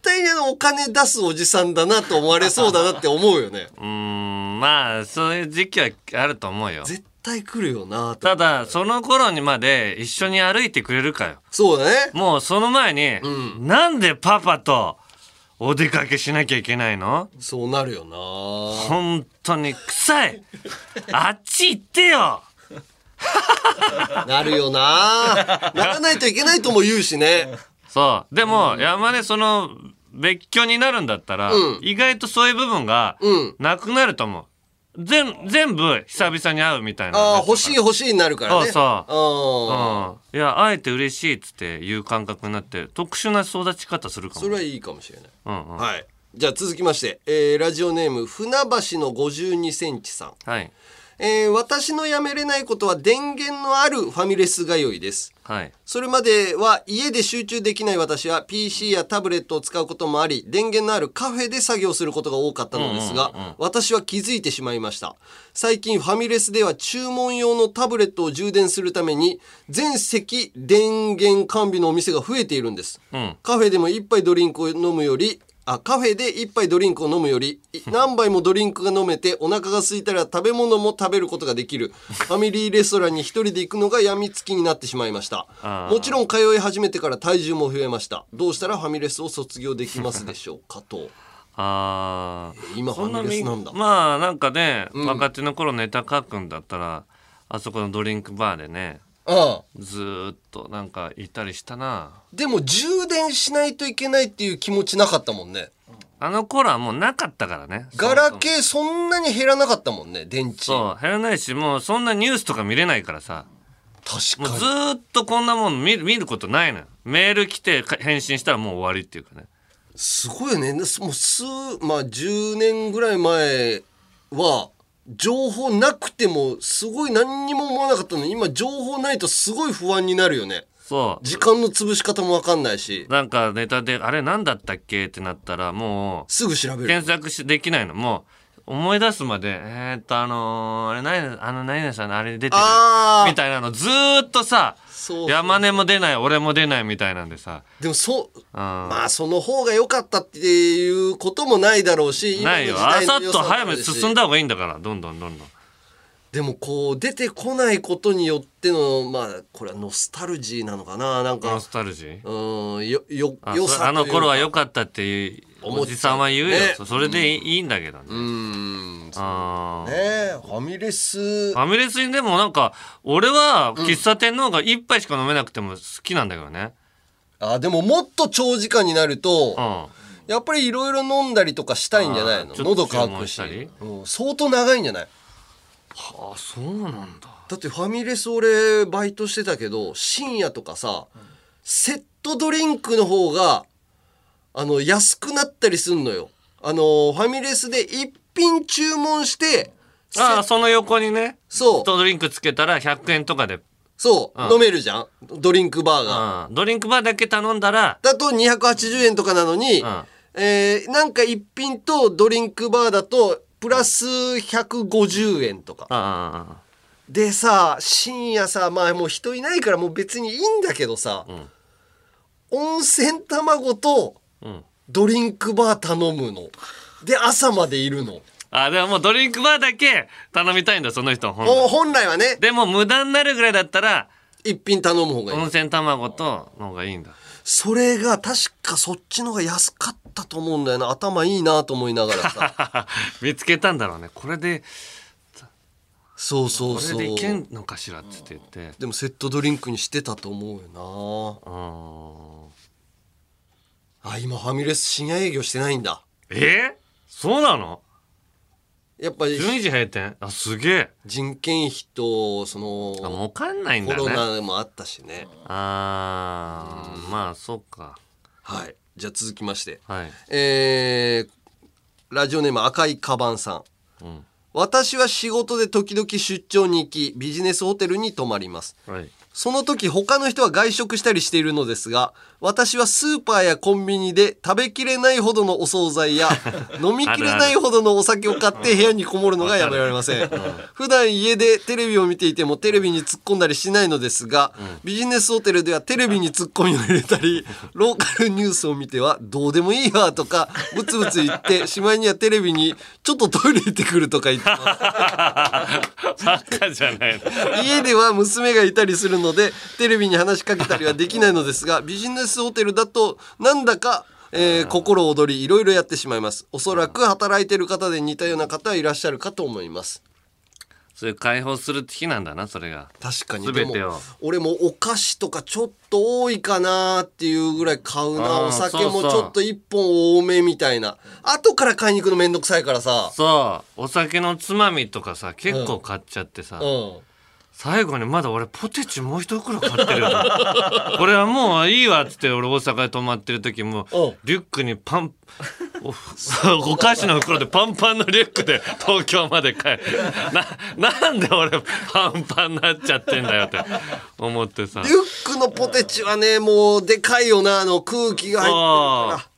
対にお金出すおじさんだなと思われそうだなって思うよね。 まあそういう時期はあると思うよ。 絶対来るよな。 ただその頃にまで一緒に歩いてくれるかよ。 そうだね。 もうその前に、なんでパパとお出かけしなきゃいけないの？ そうなるよな。 本当に臭い。あっち行ってよ。 なるよな。ならないといけないとも言うしね。 そうでも、山根その別居になるんだったら、意外とそういう部分がなくなると思う。全部久々に会うみたいな。 欲しいになるからね。 そう。いや会えて嬉しいっつっていう感覚になって特殊な育ち方するかも。 それはいいかもしれない。はい。じゃあ続きまして、ラジオネーム船橋の52センチさん。 はい。 私のやめれないことは電源のあるファミレス通いです。 はい、 それまでは家で集中できない私は PC やタブレットを使うこともあり、電源のあるカフェで作業することが多かったのですが、私は気づいてしまいました。最近ファミレスでは注文用のタブレットを充電するために全席電源完備のお店が増えているんです。カフェでも一杯ドリンクを飲むよりカフェで一杯ドリンクを飲むより何杯もドリンクが飲めてお腹が空いたら食べ物も食べることができるファミリーレストランに一人で行くのが病みつきになってしまいました。もちろん通い始めてから体重も増えました。どうしたらファミレスを卒業できますでしょうかと。今ファミレスなんだ。 まあなんかね、若手の頃ネタ書くんだったらあそこのドリンクバーでね、ずっとなんかいたりしたな。 でも充電しないといけないっていう気持ちなかったもんね。 あの頃はもうなかったからね。 ガラケーそんなに減らなかったもんね、電池。 そう減らないし、もうそんなニュースとか見れないからさ。 確かにもうずっとこんなもん見ることないのよ。メール来て返信したらもう終わりっていうかね。 すごいよね。もう10年ぐらい前は情報なくてもすごい何にも思わなかったのに、今情報ないとすごい不安になるよね。 そう時間の潰し方も分かんないし、 なんかネタであれ何だったっけってなったらもうすぐ調べる。 検索できないの。もう思い出すまであれ何々さんあれ出てるみたいなのずーっとさ、山根も出ない俺も出ないみたいなんでさ。 でもまあその方が良かったっていうこともないだろうし、 ないよ。あさっと早め進んだ方がいいんだから、どんどん。 でもこう出てこないことによってのこれはノスタルジーなのかな。なんかノスタルジー。 良さあの頃は良かったっていうおじさんは言うよ、ね、それでいいんだけどね。 ファミレスにでもなんか俺は喫茶店の方が一杯しか飲めなくても好きなんだけどね。 でももっと長時間になると、やっぱりいろいろ飲んだりとかしたいんじゃないの。喉乾くし、相当長いんじゃない。 そうなんだ。 だってファミレス俺バイトしてたけど、深夜とかさ、セットドリンクの方が安くなったりすんのよ。ファミレスで一品注文して、 その横にね、 そう、 ドリンクつけたら100円とかで飲めるじゃん、ドリンクバーが。 ドリンクバーだけ頼んだらだと280円とかなのに、なんか一品とドリンクバーだとプラス150円とかでさ、深夜さ、もう人いないからもう別にいいんだけどさ、温泉卵とドリンクバー頼むので朝までいるの。 でももうドリンクバーだけ頼みたいんだその人本来はね。 でも無駄になるぐらいだったら一品頼む方がいい。 温泉卵との方がいいんだ。 それが確かそっちの方が安かったと思うんだよな。頭いいなと思いながらさ見つけたんだろうね。これでそうこれでいけんのかしらって言って、 でもセットドリンクにしてたと思うよな。今ファミレス深夜営業してないんだ。 そうなの。 やっぱり 12時閉店。すげえ。 人件費ともうかんないんだね。 コロナもあったしね。 まあそうか。 はい。じゃあ続きまして、 はい、 ラジオネーム赤いカバンさん。私は仕事で時々出張に行きビジネスホテルに泊まります。 その時他の人は外食したりしているのですが、私はスーパーやコンビニで食べきれないほどのお惣菜や飲みきれないほどのお酒を買って部屋にこもるのがやめられません。普段家でテレビを見ていてもテレビに突っ込んだりしないのですが、ビジネスホテルではテレビに突っ込みを入れたり、ローカルニュースを見てはどうでもいいわとかブツブツ言って、しまいにはテレビにちょっとトイレ行ってくるとか言ってます。 バカじゃないの。 家では娘がいたりするのでテレビに話しかけたりはできないのですが、ビジネスホテルだとなんだか、心躍りいろいろやってしまいます。おそらく働いてる方で似たような方はいらっしゃるかと思います。 そういう解放する日なんだな、それが。 確かに。 全てを。 でも俺もお菓子とかちょっと多いかなっていうぐらい買うな。お酒もちょっと一本多めみたいな。後から買いに行くのめんどくさいからさ。 そう、お酒のつまみとかさ結構買っちゃってさ、最後にまだ俺ポテチもう一袋買ってるよこれはもういいわっつって、俺大阪で泊まってる時もリュックにお菓子の袋でパンパンのリュックで東京まで帰る。なんで俺パンパンになっちゃってんだよって思ってさ。 リュックのポテチはね、もうでかいよな、空気が入ってるから。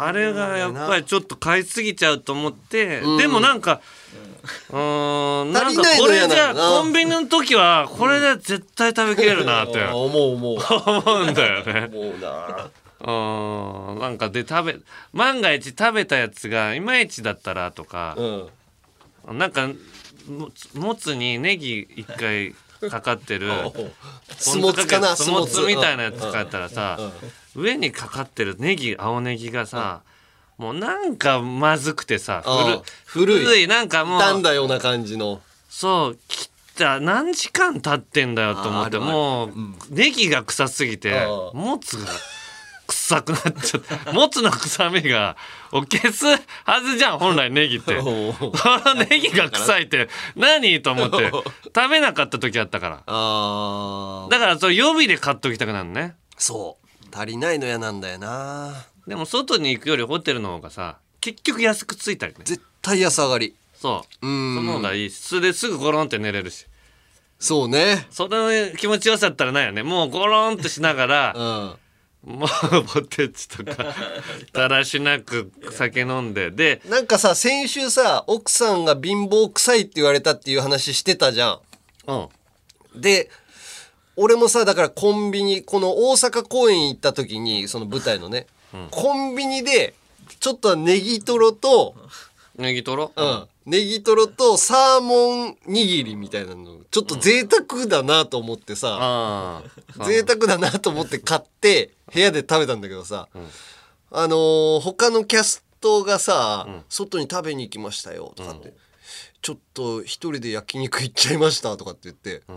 あれがやっぱりちょっと買いすぎちゃうと思って、でもなんかなんかこれじゃコンビニの時はこれで絶対食べきれるなって思うんだよね。 思うな。 なんかで万が一食べたやつがいまいちだったらとか、なんかもつにネギ一回かかってるスモツかな、 スモツみたいなやつかったらさ、上にかかってる青ネギがさ、もうなんかまずくてさ、古いなんかもう傷んだような感じの。 そう切った何時間経ってんだよと思って、もうネギが臭すぎてもつが臭くなっちゃってもつの臭みが消すはずじゃん本来ネギってこのネギが臭いって何と思って食べなかった時あったから。だからそれ予備で買っときたくなるね。 そう足りないの嫌なんだよな。 でも外に行くよりホテルの方がさ結局安くついたりね。 絶対安上がり。 その方がいいし、それですぐゴロンって寝れるし。 そうね。 その気持ちよさったらないよね。もうゴロンってしながら、もうポテチとかだらしなく酒飲んでなんかさ、先週さ奥さんが貧乏臭いって言われたっていう話してたじゃん。で俺もさ、だからコンビニ、この大阪公演行った時にその舞台のね、コンビニでちょっとネギトロとネギトロとサーモン握りみたいなのちょっと贅沢だなと思ってさ、贅沢だなと思って買って部屋で食べたんだけどさ、他のキャストがさ、外に食べに行きましたよとかって、ちょっと一人で焼肉行っちゃいましたとかって言って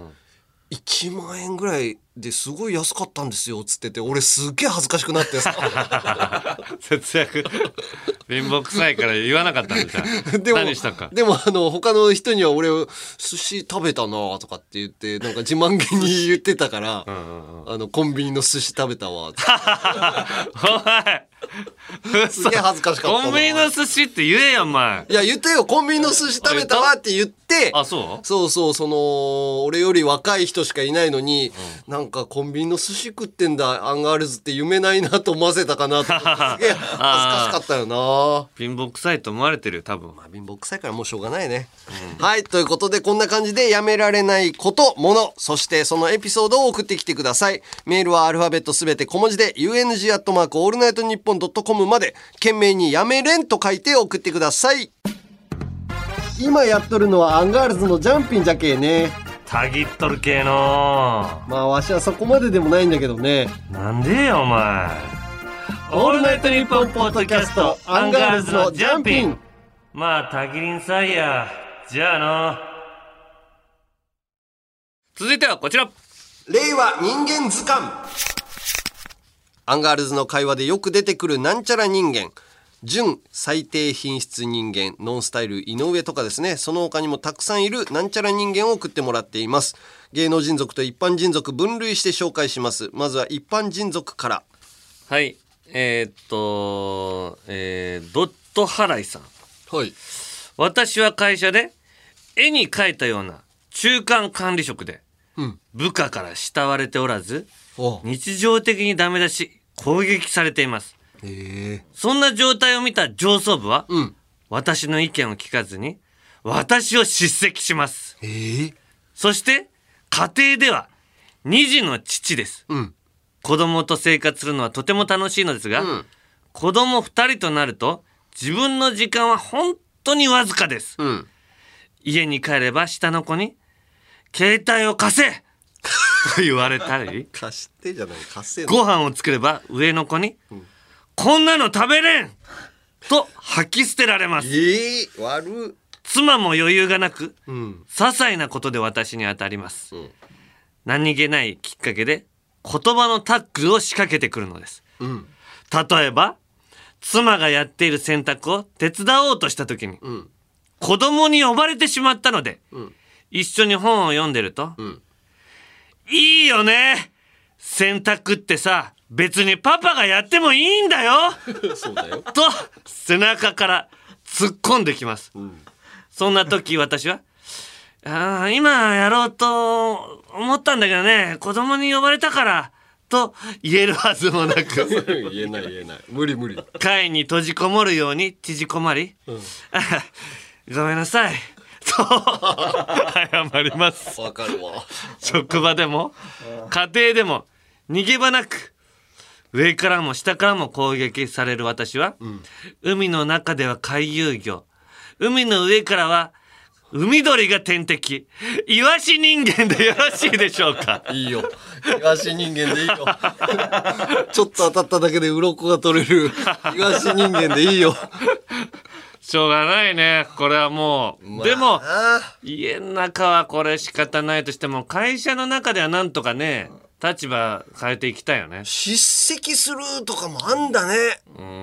、1万円ぐらいですごい安かったんですよっつってて、俺すげえ恥ずかしくなってさ節約貧乏くさいから言わなかったんじゃん。何したか。 でも他の人には俺寿司食べたなとかって言ってなんか自慢げに言ってたからコンビニの寿司食べたわってすげえ恥ずかしかったな。 コンビニの寿司って言えよお前。 いや言ってよ、コンビニの寿司食べたわって言って。 そうその俺より若い人しかいないのに、なんかコンビニの寿司食ってんだアンガールズって夢ないなと思わせたかなってすげえ恥ずかしかったよな。 貧乏くさいと思われてるよ多分。 貧乏くさいからもうしょうがないね。はい、ということでこんな感じでやめられないこと、もの、そしてそのエピソードを送ってきてください。メールはアルファベットすべて小文字で UNG@allnightnippon.com まで懸命にやめれんと書いて送ってください。今やっとるのはアンガールズのジャンピンじゃけえね。 たぎっとるけの。 まあわしはそこまででもないんだけどね。 なんでよお前。オールナイトニッポンポッドキャストアンガールズのジャンピン。まあたぎりんさいや。じゃあの。続いてはこちら。 令和人間図鑑。アンガールズの会話でよく出てくるなんちゃら人間。純最低品質人間、ノンスタイル井上とかですね、その他にもたくさんいるなんちゃら人間を送ってもらっています。芸能人族と一般人族分類して紹介します。まずは一般人族から。 はい、ドット払いさん。 はい。 私は会社で絵に描いたような中間管理職で、 部下から慕われておらず、日常的にダメ出し攻撃されています。そんな状態を見た上層部は、私の意見を聞かずに私を叱責します。そして家庭では2児の父です、子供と生活するのはとても楽しいのですが、子供2人となると自分の時間は本当にわずかです、家に帰れば下の子に携帯を貸せと言われたり、 貸してじゃない貸せご飯を作れば上の子に、こんなの食べれんと吐き捨てられます。 悪っ。 妻も余裕がなく、些細なことで私に当たります、何気ないきっかけで言葉のタックルを仕掛けてくるのです、例えば妻がやっている洗濯を手伝おうとした時に、子供に呼ばれてしまったので、一緒に本を読んでると、いいよね、洗濯ってさ別にパパがやってもいいんだよそうだよと背中から突っ込んできます、そんな時私は今やろうと思ったんだけどね、子供に呼ばれたからと言えるはずもなく言えない無理階に閉じこもるように縮こまり、ごめんなさいと謝ります。 わかるわ。 職場でも家庭でも逃げ場なく上からも下からも攻撃される私は、海の中では回遊魚、海の上からは海鳥が天敵、イワシ人間でよろしいでしょうか。 いいよ、イワシ人間でいいよちょっと当たっただけで鱗が取れるイワシ人間でいいよしょうがないね、これはもう、でも家の中はこれ仕方ないとしても、会社の中ではなんとかね立場変えていきたいよね。 叱責するとかもあんだね。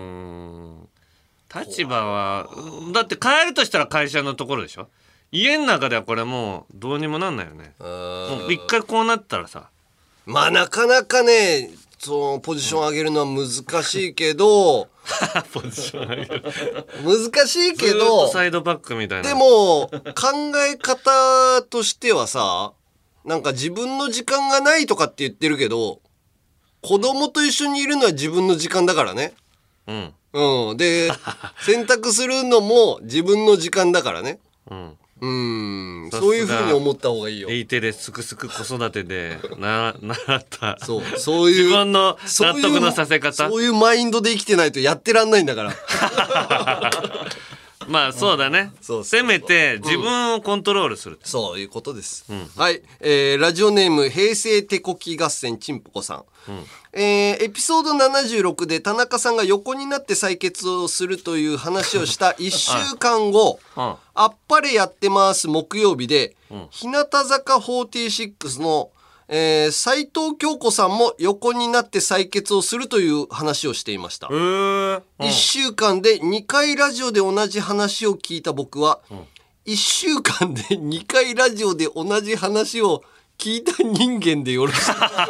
立場はだって変えるとしたら会社のところでしょ。家の中ではこれもうどうにもなんないよね。もう一回こうなったらさ、 まあなかなかねそのポジション上げるのは難しいけどポジション上げる難しいけずっどとサイドバックみたいな。 でも考え方としてはさ、なんか自分の時間がないとかって言ってるけど、子供と一緒にいるのは自分の時間だからね。で洗濯するのも自分の時間だからね。そういう風に思った方がいいよ。 E テレすくすく子育てで習ったそういう自分の納得のさせ方、 そういうマインドで生きてないとやってらんないんだからまあそうだね、せめて自分をコントロールする、 そういうことです、はい、ラジオネーム平成手こき合戦ちんぽこさん、エピソード76で田中さんが横になって採血をするという話をした1週間後あっぱれやってます木曜日で、日向坂46の斉藤京子さんも横になって採血をするという話をしていました。1週間で2回ラジオで同じ話を聞いた僕は、1週間で2回ラジオで同じ話を聞いた人間でよろしい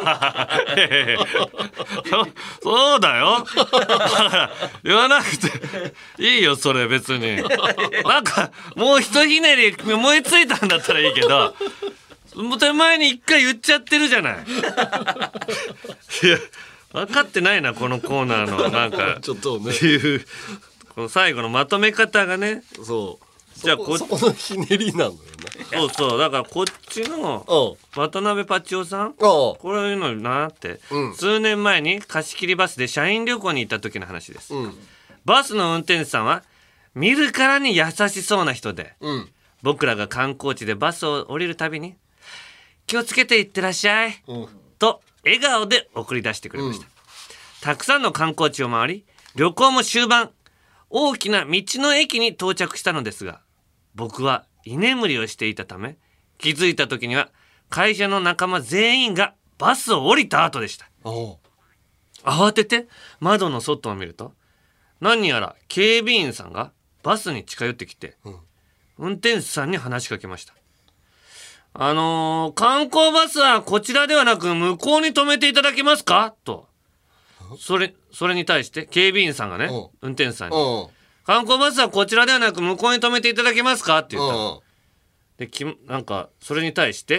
そうだよ言わなくていいよそれ別になんかもうひとひねり思いついたんだったらいいけど、手前に一回言っちゃってるじゃないいや分かってないなこのコーナーのなんかちょっとねこの最後のまとめ方がね。 そうじゃあそこのひねりなのよな。そうだからこっちの渡辺パチオさん、これいうのなって、数年前に貸し切りバスで社員旅行に行った時の話です、バスの運転手さんは見るからに優しそうな人で、僕らが観光地でバスを降りるたびに気をつけていってらっしゃい、と笑顔で送り出してくれました、たくさんの観光地を回り旅行も終盤、大きな道の駅に到着したのですが、僕は居眠りをしていたため気づいた時には会社の仲間全員がバスを降りた後でした。慌てて窓の外を見ると、何やら警備員さんがバスに近寄ってきて、運転手さんに話しかけました。観光バスはこちらではなく向こうに止めていただけますかと。それに対して警備員さんがね、運転手さんに、観光バスはこちらではなく向こうに止めていただけますかって言ったの。でなんかそれに対して、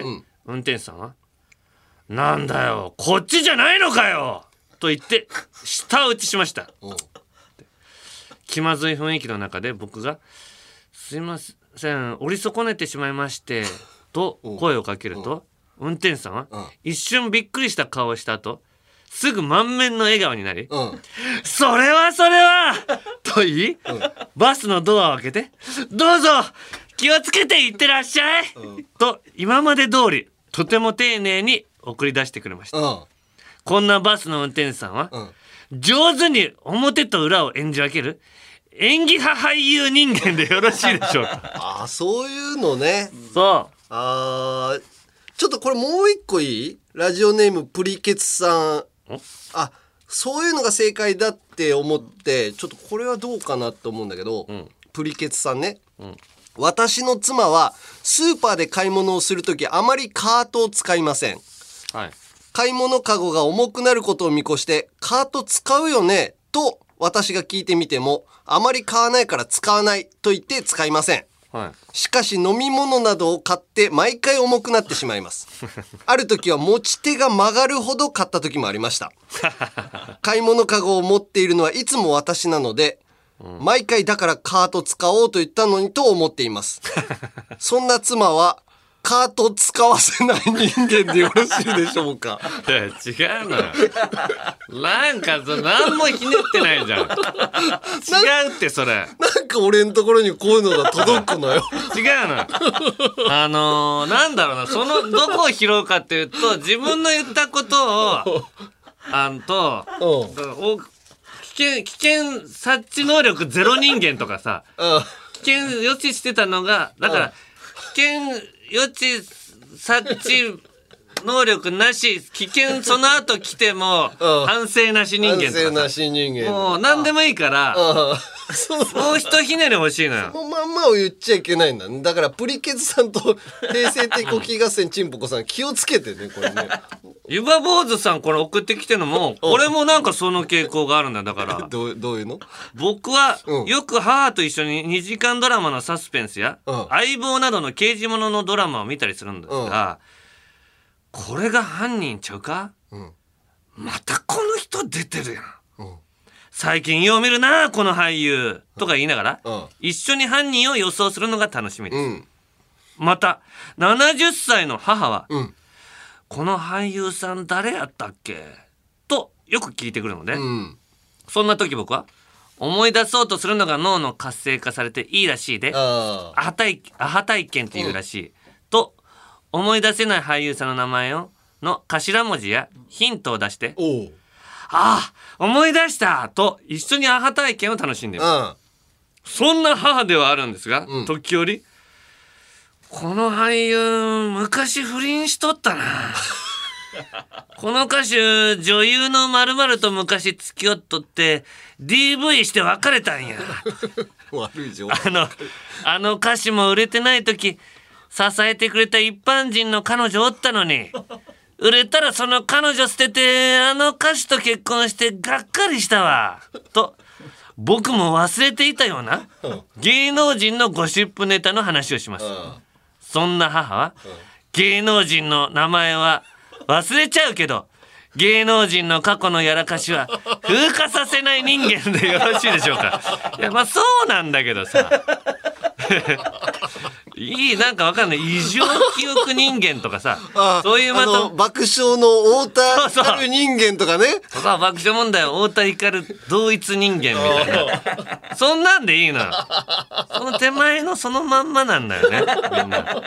運転手さんはなんだよこっちじゃないのかよと言って舌打ちしました。気まずい雰囲気の中で僕がすいません折り損ねてしまいましてと声をかけると運転手さんは一瞬びっくりした顔をした後すぐ満面の笑顔になり、それはと言い、バスのドアを開けてどうぞ気をつけていってらっしゃい、と今まで通りとても丁寧に送り出してくれました。こんなバスの運転手さんは、上手に表と裏を演じ分ける演技派俳優人間でよろしいでしょうか。 そういうのね。 そう。 ちょっとこれもう一個いい？ラジオネームプリケツさん。そういうのが正解だって思ってちょっとこれはどうかなと思うんだけど、プリケツさんね、私の妻はスーパーで買い物をするときあまりカートを使いません。買い物カゴが重くなることを見越してカート使うよねと私が聞いてみてもあまり買わないから使わないと言って使いません。しかし飲み物などを買って毎回重くなってしまいますある時は持ち手が曲がるほど買った時もありました買い物カゴを持っているのはいつも私なので、毎回だからカート使おうと言ったのにと思っていますそんな妻はカート使わせない人間でよろしいでしょうか。 いや違うのよなんか何もひねってないじゃん違うってそれなんか俺のところにこういうのが届くのよ違うのなんだろうなどこを拾うかっていうと自分の言ったことを危険察知能力ゼロ人間とかさ、危険予知してたのがだから危険予知察知能力なし危険その後来ても反省なし人間とかさ、 反省なし人間もう何でもいいからもうひとひねり欲しいのよ。 そのまんまを言っちゃいけないんだ。だからプリケツさんと平成帝国合戦ちんぽこさん気をつけてねこれね。 ゆば坊主さんこれ送ってきてるのも俺もなんかその傾向があるんだ。だからどういうの？僕はよく母と一緒に2時間ドラマのサスペンスや相棒などの刑事物のドラマを見たりするんですが、これが犯人ちゃうか、またこの人出てるやん、最近よう見るなこの俳優とか言いながら、一緒に犯人を予想するのが楽しみです、また70歳の母は、この俳優さん誰やったっけとよく聞いてくるので、そんな時僕は思い出そうとするのが脳の活性化されていいらしいで、アハ体験っていうらしい、と思い出せない俳優さんの名前の頭文字やヒントを出して、思い出したと一緒にアハ体験を楽しんでいます、そんな母ではあるんですが、時折この俳優昔不倫しとったなこの歌手女優の〇〇と昔付き合っとって DV して別れたんや悪い情報あの歌手も売れてない時支えてくれた一般人の彼女おったのに売れたらその彼女捨ててあの歌手と結婚してがっかりしたわと僕も忘れていたような芸能人のゴシップネタの話をします、そんな母は芸能人の名前は忘れちゃうけど芸能人の過去のやらかしは風化させない人間でよろしいでしょうか。いやまあそうなんだけどさなんかわかんない異常記憶人間とかさそういう爆笑の太田光人間とかね爆笑問題は太田光同一人間みたいなそんなんでいいのよ。その手前のそのまんまなんだよねみんな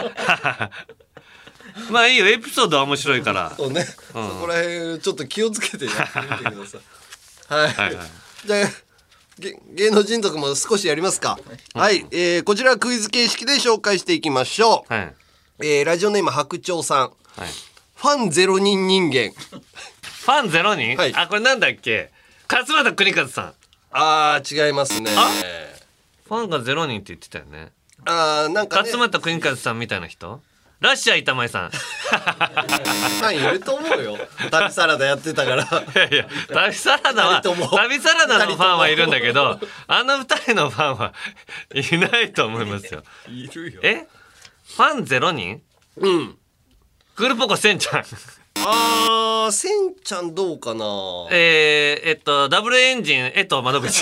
まあいいよエピソードは面白いからそうね、そこら辺ちょっと気をつけてやってみてくださいじゃあ芸能人族も少しやりますか、こちらはクイズ形式で紹介していきましょう、ラジオネーム白鳥さん、ファンゼロ人人間ファンゼロ人、これなんだっけ勝俣邦和さん。違いますね。 ファンがゼロ人って言ってたよね。 なんかね、 勝俣邦和さんみたいな人ラッシャー板前さんいると思うよ。旅サラダやってたからいや旅サラダのファンはいるんだけどあの2人のファンはいないと思いますよ。 いるよ。 ファンゼロ人？フクールポコせんちゃん。 せんちゃんどうかな。 ダブルエンジン窓口。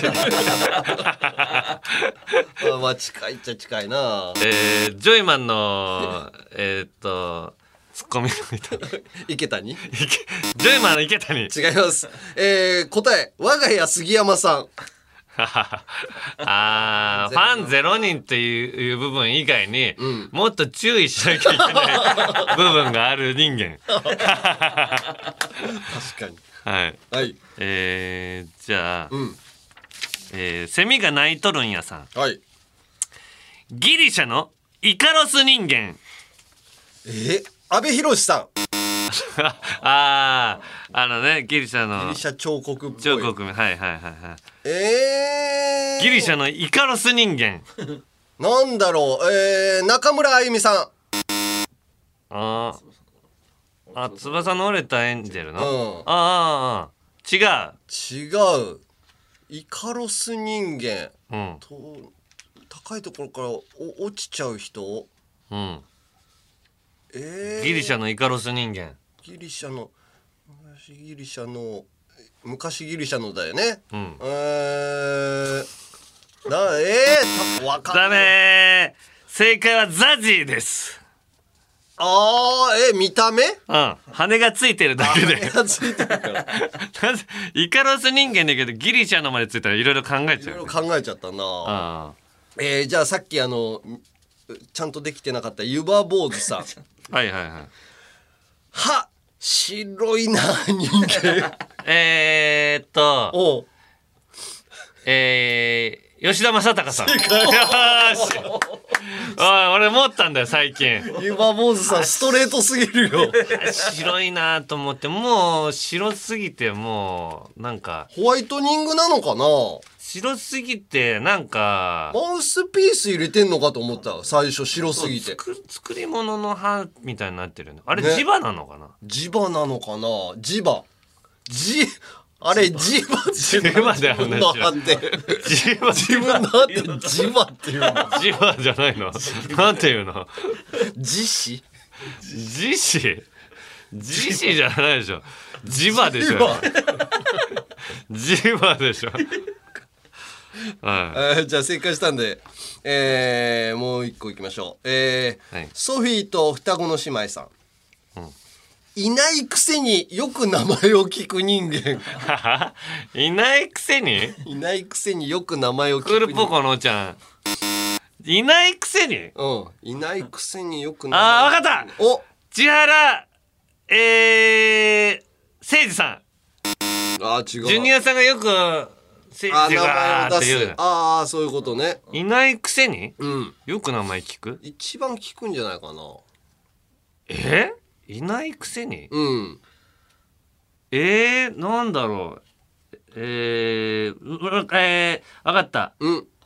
まあ近いっちゃ近いな。 ジョイマンのツッコミの人。 池谷。 ジョイマンの池谷。 違います。答え我が家杉山さん。 ファン0人っていう部分以外に、もっと注意しなきゃいけない部分がある人間。 確かに。 はい。 はい。 じゃあ、セミが鳴いとるんやさん。 はい。 ギリシャのイカロス人間。 阿部寛さん。 ギリシャのギリシャ彫刻っぽい。 彫刻、はい。ギリシャのイカロス人間。 なんだろう。中村あゆみさん。 翼の折れたエンジェルの。違う。イカロス人間。高いところから落ちちゃう人。 ギリシャのイカロス人間。 昔ギリシャのだよね。わかんない。 ダメー。正解はザジーです。 見た目？ 羽がついてるだけで。 羽がついてるから。 イカロス人間だけどギリシャのまでついたらいろいろ考えちゃう。 いろいろ考えちゃったな。じゃあさっきちゃんとできてなかった湯葉坊主さん。 はい。 白いな人間。 吉田正尚さん。よし。俺持ったんだよ最近。 湯葉坊主さんストレートすぎるよ。 白いなと思って、もう白すぎて、もうなんかホワイトニングなのかな。 白すぎてなんかマウスピース入れてんのかと思った。最初白すぎて作り物の歯みたいになってるね。あれ磁場なのかな。 磁場なのかな。磁場あれ磁場で話自分なんて磁場っていうの。 磁場じゃないの。なんていうの。 磁子じゃないでしょ。磁場でしょ。磁場でしょ。 じゃあ正解したんで、もう一個いきましょう。ソフィーと双子の姉妹さん。いないくせによく名前を聞く人間。 いないくせによく名前を聞く人間。 クールポコのちゃん。いないくせに。 いないくせによく名前。 わかった。千原誠司さん。 違う。 ジュニアさんがよく誠司がっていう。 そういうことね。 いないくせによく名前聞く。 一番聞くんじゃないかな。 いないくせに。なんだろう。わかった。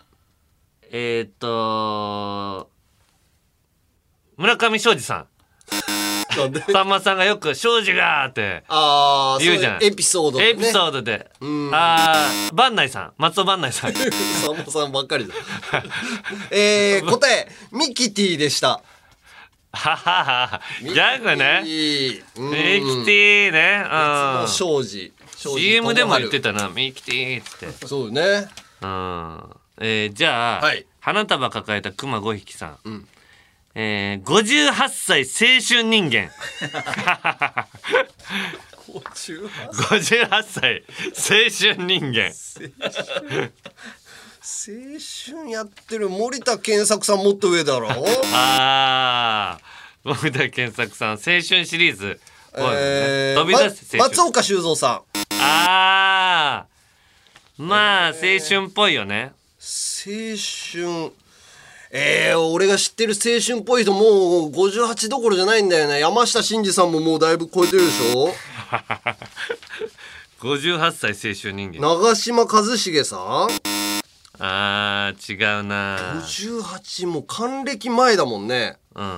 村上庄司さん。さんまさんがよく庄司がーって言うじゃん。 エピソードで。万内さん、松尾万内さん。 さんまさんばっかりだ。答えミキティでした。 ギャグね。ミキティね。 庄司 CM でも言ってたな、ミキティって。 そうね。 じゃあ、花束抱えた熊5匹さん。58歳青春人間。58歳青春人間。 青春やってる森田健作さんもっと上だろ。 森田健作さん青春シリーズ、飛び出す松岡修造さん。 まあ青春っぽいよね。 青春俺が知ってる青春っぽい人もう58どころじゃないんだよね。山下真司さんももうだいぶ超えてるでしょ。 58歳青春人間。 長嶋一茂さん。 違うな。 58も還暦前だもんね。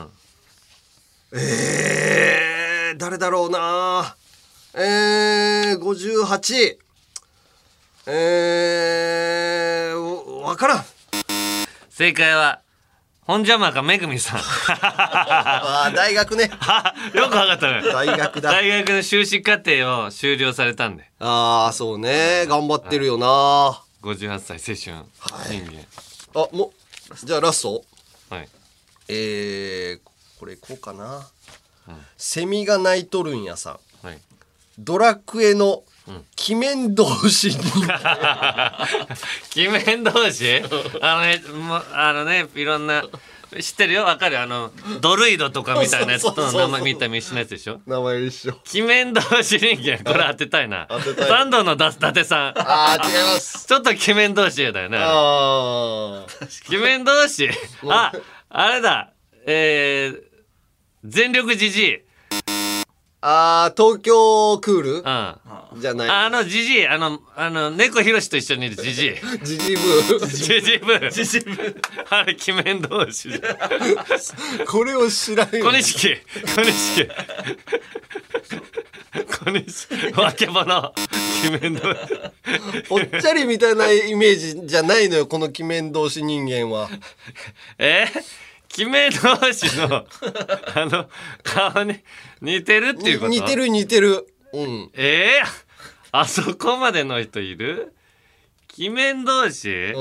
誰だろうな。58。わからん。 正解は本邪魔かめぐみさん大学ねよくわかったね大学だ。 大学の修士課程を修了されたんで。 そうね、頑張ってるよな。 58歳青春人間。 もうじゃあラスト。 はい。 これいこうかな。セミが鳴いとるんやさん。 はい。 ドラクエの鬼面同士に鬼面同士いろんな知ってるよ、わかる。ドルイドとかみたいなやつと名前見た見しのやつでしょ。 名前一緒。 鬼面同士人間、これ当てたいな。サンドの伊達さん。 違います。 ちょっと鬼面同士だよね。鬼面同士。あれだ。全力じじい。 東京クールじゃない。 じじい、猫ひろしと一緒にいるじじい。 じじいブじじいブあれ鬼面同士じゃん。 これを知らんよ。 小錦わけぼの鬼面同士。 ぽっちゃりみたいなイメージじゃないのよ、この鬼面同士人間は。 鬼面同士の顔に似てるっていうこと？ 似てる。 あそこまでの人いる？鬼面同士？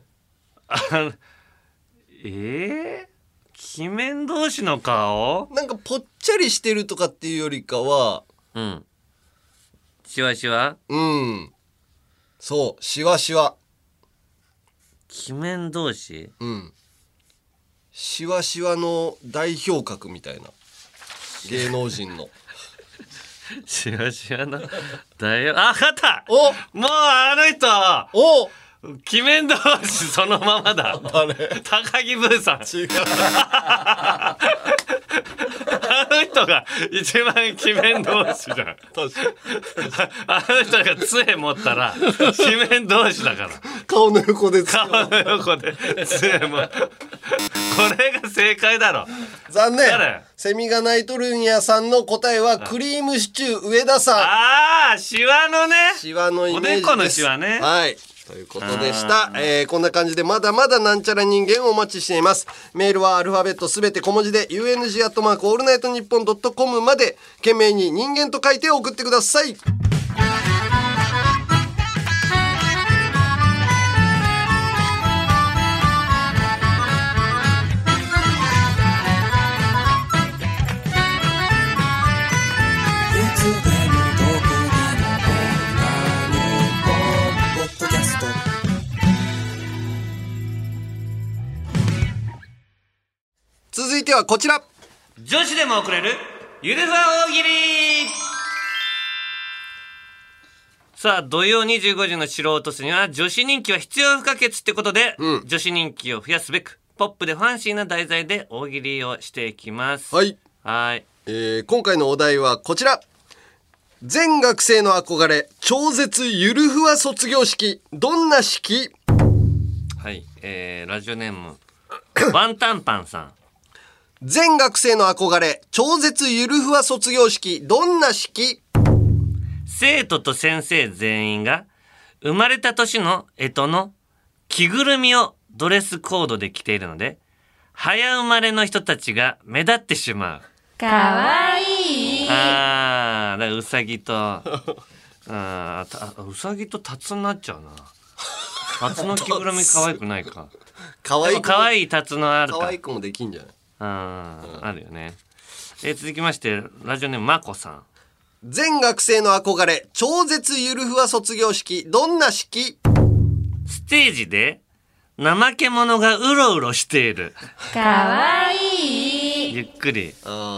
鬼面同士の顔？ なんかぽっちゃりしてるとかっていうよりかは、 シワシワ？ そう、シワシワ。 鬼面同士？ シワシワの代表格みたいな芸能人のシワシワの勝った。もう人鬼面同士そのままだ。高木ブーさん。違う人が一番鬼面同士じゃん。人が杖持ったら鬼面同士だから。 顔の横で杖もこれが正解だろ。 残念。セミが鳴いとるんやさんの答えはクリームシチュー上田さん。 シワのね。 シワのイメージです。 おでこのシワね。 はい。ということでした。こんな感じでまだまだなんちゃら人間をお待ちしています。メールはアルファベットすべて小文字で UNG@allnightnippon.com まで懸命に人間と書いて送ってください。続いてはこちら。 女子でも送れるゆるふわ大喜利。さあ土曜25時の素人すには女子人気は必要不可欠ってことで、女子人気を増やすべくポップでファンシーな題材で大喜利をしていきます。 はい、今回のお題はこちら。全学生の憧れ超絶ゆるふわ卒業式、どんな式？ はい、ラジオネームワンタンパンさん。 全学生の憧れ超絶ゆるふわ卒業式、どんな式？ 生徒と先生全員が生まれた年の干支の着ぐるみをドレスコードで着ているので、早生まれの人たちが目立ってしまう。 かわいい。 だからうさぎとうさぎとタツになっちゃうな。タツの着ぐるみ可愛くないか。可愛いタツのあるか。 可愛くもできんじゃない？ あるよね。続きましてラジオネームまこさん。 全学生の憧れ超絶ゆるふわ卒業式、どんな式？ ステージで怠け者がうろうろしている。 かわいい。 ゆっくり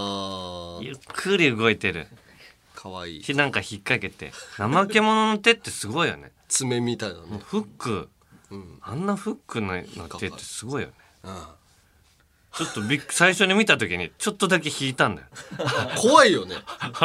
動いてる。 かわいい。 なんか引っ掛けて。怠け者の手ってすごいよね。 爪みたいなね。 フック、あんなフックの手ってすごいよね。ちょっと最初に見た時にちょっとだけ引いたんだよ。 怖いよね。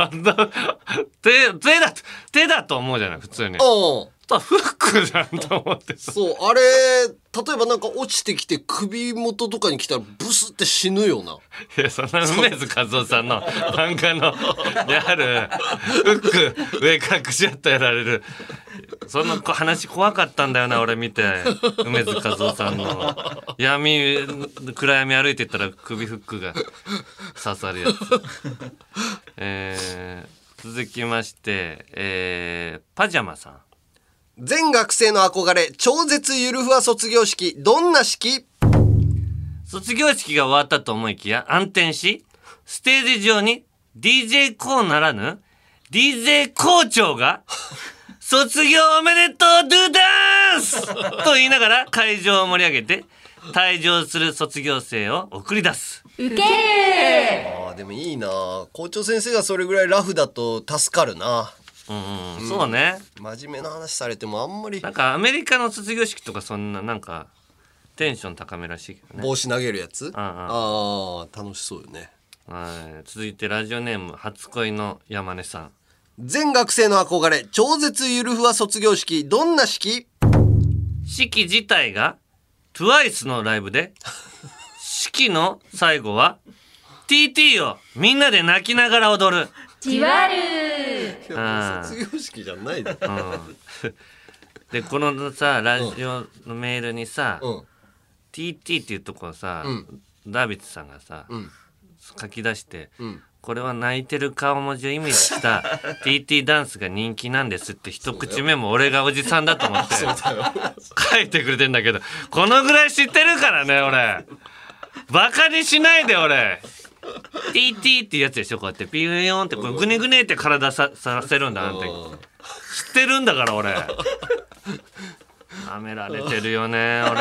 手だと思うじゃない普通に。フックじゃんと思ってさ。 そう、あれ例えばなんか落ちてきて首元とかに来たらブスって死ぬよな。 いや、そんな梅津和夫さんの漫画のにあるフック上からくしゃっとやられるその話怖かったんだよな俺見て。梅津和夫さんの暗闇歩いてったら首フックが刺さるやつ。続きまして、パジャマさん。 全学生の憧れ超絶ゆるふわ卒業式どんな式？ 卒業式が終わったと思いきや暗転し、ステージ上に DJ コーならぬ DJ 校長が卒業おめでとうドゥダンスと言いながら会場を盛り上げて退場する卒業生を送り出す。 ウケる。 でもいいな。校長先生がそれぐらいラフだと助かるな。 そうね。 真面目な話されてもあんまり。 なんかアメリカの卒業式とかそんななんかテンション高めらしいけどね。 帽子投げるやつ？楽しそうよね。 続いてラジオネーム初恋の山根さん。 全学生の憧れ超絶ゆるふわ卒業式どんな式？ 式自体が TWICE のライブで式の最後は TT をみんなで泣きながら踊る。 じわる。 卒業式じゃないだでこのさラジオのメールにさ、TT っていうところさ、ダービッツさんがさ、書き出して、これは泣いてる顔文字をイメージした TT ダンスが人気なんですって一口目も俺がおじさんだと思って書いてくれてんだけど、このぐらい知ってるからね俺。バカにしないで俺。TT っていうやつでしょ。こうやってピヨヨンってこうグネグネって体させるんだなんて知ってるんだから俺。なめられてるよね俺。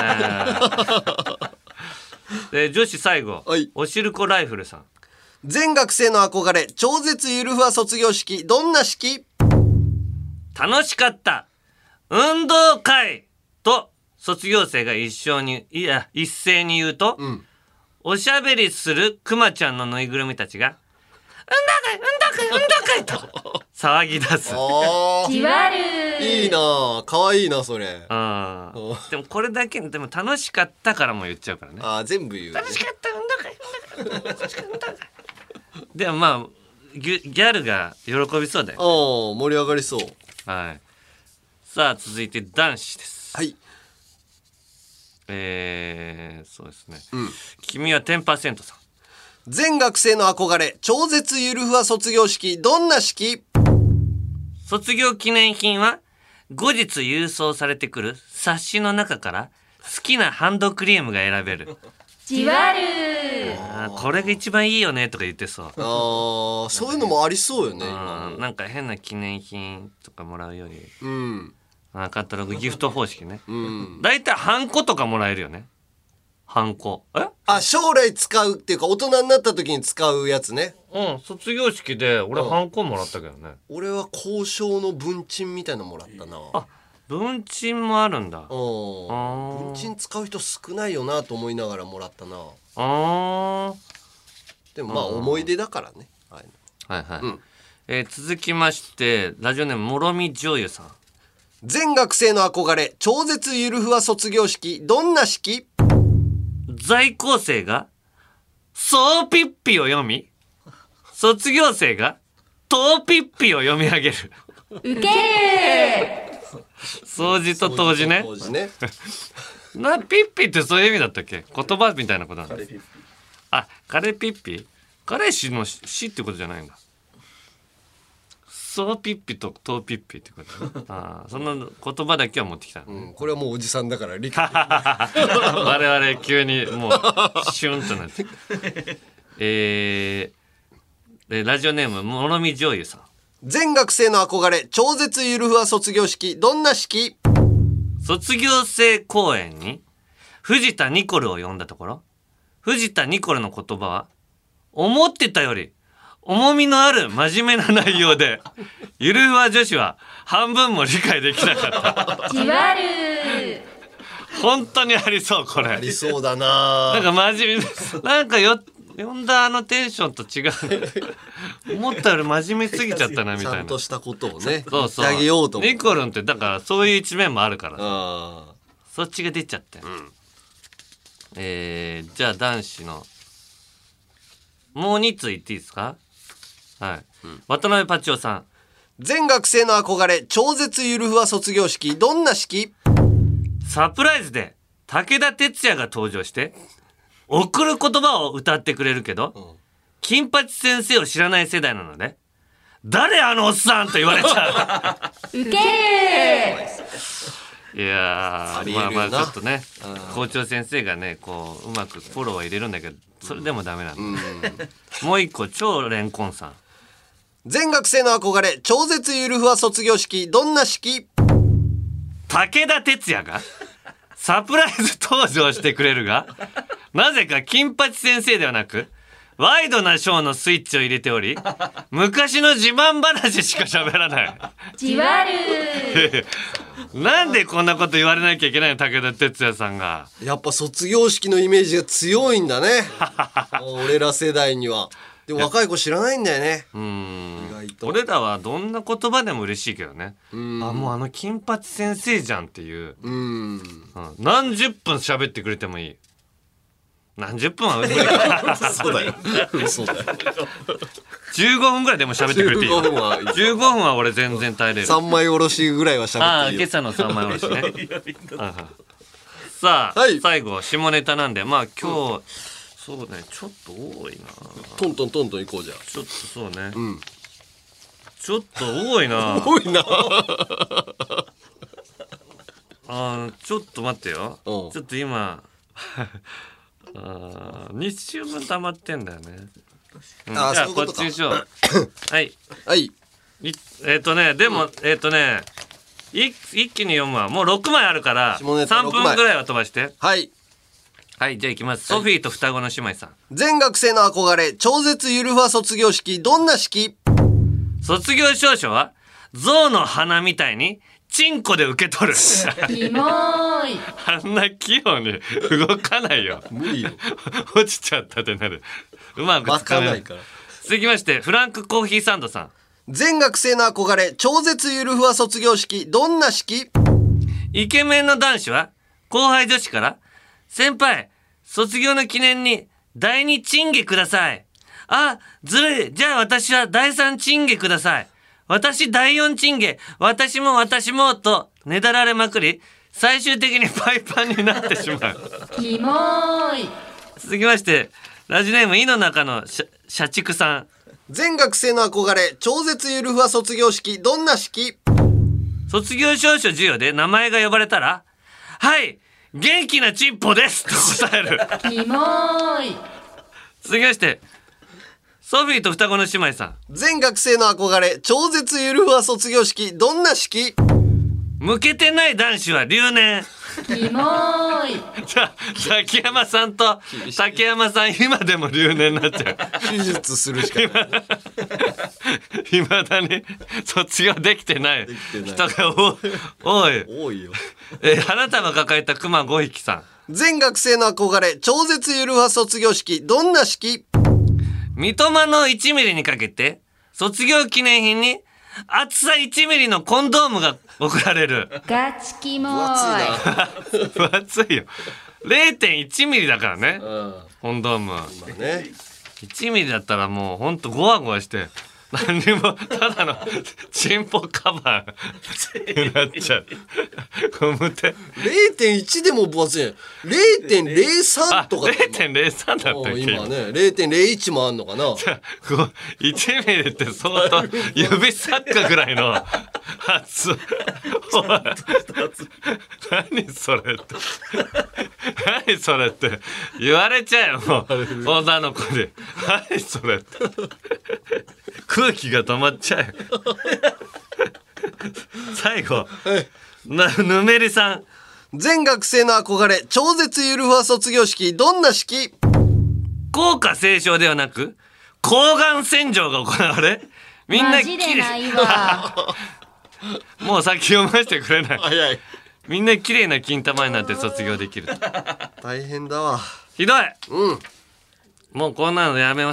で女子最後、おしるこライフルさん。 全学生の憧れ超絶ゆるふわ卒業式どんな式？ 楽しかった運動会と卒業生が一斉に言うと、おしゃべりするくまちゃんのぬいぐるみたちが運動会と騒ぎ出す。 じわる。 いいな。かわいいなそれ。 でもこれだけでも楽しかったからも言っちゃうからね。 全部言う、ね、 楽しかった運動会でもまあギャルが喜びそうだよ、 盛り上がりそう。 はい。さあ続いて男子です。 はい。 そうですね、君は 10% さん。 全学生の憧れ超絶ゆるふわ卒業式どんな式？ 卒業記念品は後日郵送されてくる冊子の中から好きなハンドクリームが選べる。 じわる。 これが一番いいよねとか言ってそう。 そういうのもありそうよね。 なんか変な記念品とかもらうより、カタログギフト方式ね。だいたいハンコとかもらえるよね。ハンコ。 将来使うっていうか大人になった時に使うやつね。 卒業式で俺ハンコもらったけどね。 俺は校章の文鎮みたいなのもらったな。 文鎮もあるんだ。 文鎮使う人少ないよなと思いながらもらったな。でもまあ思い出だからね。 続きましてラジオネームもろみじょうゆさん。 全学生の憧れ超絶ゆるふわ卒業式どんな式？ 在校生がそうピッピを読み、卒業生がトーピッピを読み上げる。 ウケる。 掃除と当時ね。ピッピってそういう意味だったっけ？言葉みたいなことなんだ。カレピッピ？彼氏の死ってことじゃないんだ。そうピッピとトーピッピってこと。そんな言葉だけは持ってきた、 これはもうおじさんだから理解。 我々急にもうシュンとなって。ラジオネームもろみじょうゆさん。 全学生の憧れ超絶ゆるふわ卒業式どんな式？ 卒業生公演に藤田ニコルを呼んだところ、藤田ニコルの言葉は思ってたより重みのある真面目な内容でゆるふわ女子は半分も理解できなかった。 じわる。 本当にありそうこれ。 ありそうだな。 なんか真面目なんか呼んだテンションと違う。思ったより真面目すぎちゃったなみたいな。 ちゃんとしたことをねそうそう言ってあげようと思う。 ニコルンってだからそういう一面もあるからそっちが出ちゃって、じゃあ男子のもう2通言っていいですか？はい、渡辺パチオさん。 全学生の憧れ超絶ゆるふわ卒業式どんな式？ サプライズで武田鉄矢が登場して送る言葉を歌ってくれるけど、金八先生を知らない世代なので誰あのおっさんと言われちゃう。 ウケいやー、まあまあちょっとね、校長先生がねこううまくフォローは入れるんだけど、それでもダメなんだ、もう一個超レンコンさん。 全学生の憧れ超絶ゆるふわ卒業式どんな式？ 武田鉄矢がサプライズ登場してくれるが、なぜか金八先生ではなくワイドなショーのスイッチを入れており、昔の自慢話しか喋らない。 じわるなんでこんなこと言われなきゃいけないの、武田鉄矢さんが。 やっぱ卒業式のイメージが強いんだね。俺ら世代には。でも若い子知らないんだよね。意外と俺らはどんな言葉でも嬉しいけどね。もう金八先生じゃんっていう。何十分喋ってくれてもいい。何十分は無理か。 そうだよ。そうだよ。 15分ぐらいでも喋ってくれていい。15分は俺全然耐えれる。 3枚おろしぐらいは喋っていいよ。 今朝の3枚おろしね。さあ、最後下ネタなんで、まあ今日そうね、ちょっと多いな。 トントントントンいこうじゃん。 ちょっとそうね。ちょっと多いな。 多いな。 ちょっと待ってよ。ちょっと今2週分溜まってんだよね。じゃあこっちにしよう。はいはい。 でも一気に読むわ。もう6枚あるから3分ぐらいは飛ばして。 はいはい、じゃあいきます。ソフィーと双子の姉妹さん。 全学生の憧れ超絶ゆるふわ卒業式どんな式？ 卒業証書は象の鼻みたいにチンコで受け取る。 キモーい。 あんな器用に動かないよ。 無理よ。 落ちちゃったってなる。うまくつかめないから。続きましてフランクコーヒーサンドさん。 全学生の憧れ超絶ゆるふわ卒業式どんな式？ イケメンの男子は後輩女子から先輩卒業の記念に第2チンゲください。あ、ずるい。じゃあ私は第3チンゲください。私第4チンゲ、私もとねだられまくり、最終的にパイパンになってしまう。 キモーい。 続きましてラジオネーム井の中の社畜さん。 全学生の憧れ超絶ゆるふわ卒業式どんな式？ 卒業証書授与で名前が呼ばれたら、はい元気なチンポですと答える。 キモーい。 続きましてソフィーと双子の姉妹さん。 全学生の憧れ超絶ゆるふわ卒業式どんな式？ 向けてない男子は留年。 キモーい。 じゃあ崎山さんと竹山さん今でも留年になっちゃう。 手術するしかない。 未だに卒業できてない人が多いよ。 花束抱えた熊5匹さん。全学生の憧れ超絶ゆるふわ卒業式どんな式？ 三笘の1ミリにかけて卒業記念品に厚さ1ミリのコンドームが送られる。 ガチキモーい。 分厚いよ。0.1 ミリだからね、コンドームは、1ミリだったらもうほんとゴワゴワして何にもただのチンポカバーになっちゃう。ゴム手 0.1 でも分厚い。0.03 とか。 0.03 だったっけ今ね。0.01 もあんのかな。 1ミリって相当指サッカぐらいの厚。何それって何それって言われちゃうよもう女の子で。何それって空気が止まっちゃうよ。最後、ぬめりさん。 全学生の憧れ超絶ゆるふわ卒業式どんな式？ 校歌斉唱ではなく抗がん洗浄が行われ、みんなきれいもう先読ませてくれない。 早い。 みんな綺麗な金玉になって卒業できる。 大変だわ。 ひどい。もうこんなのやめます。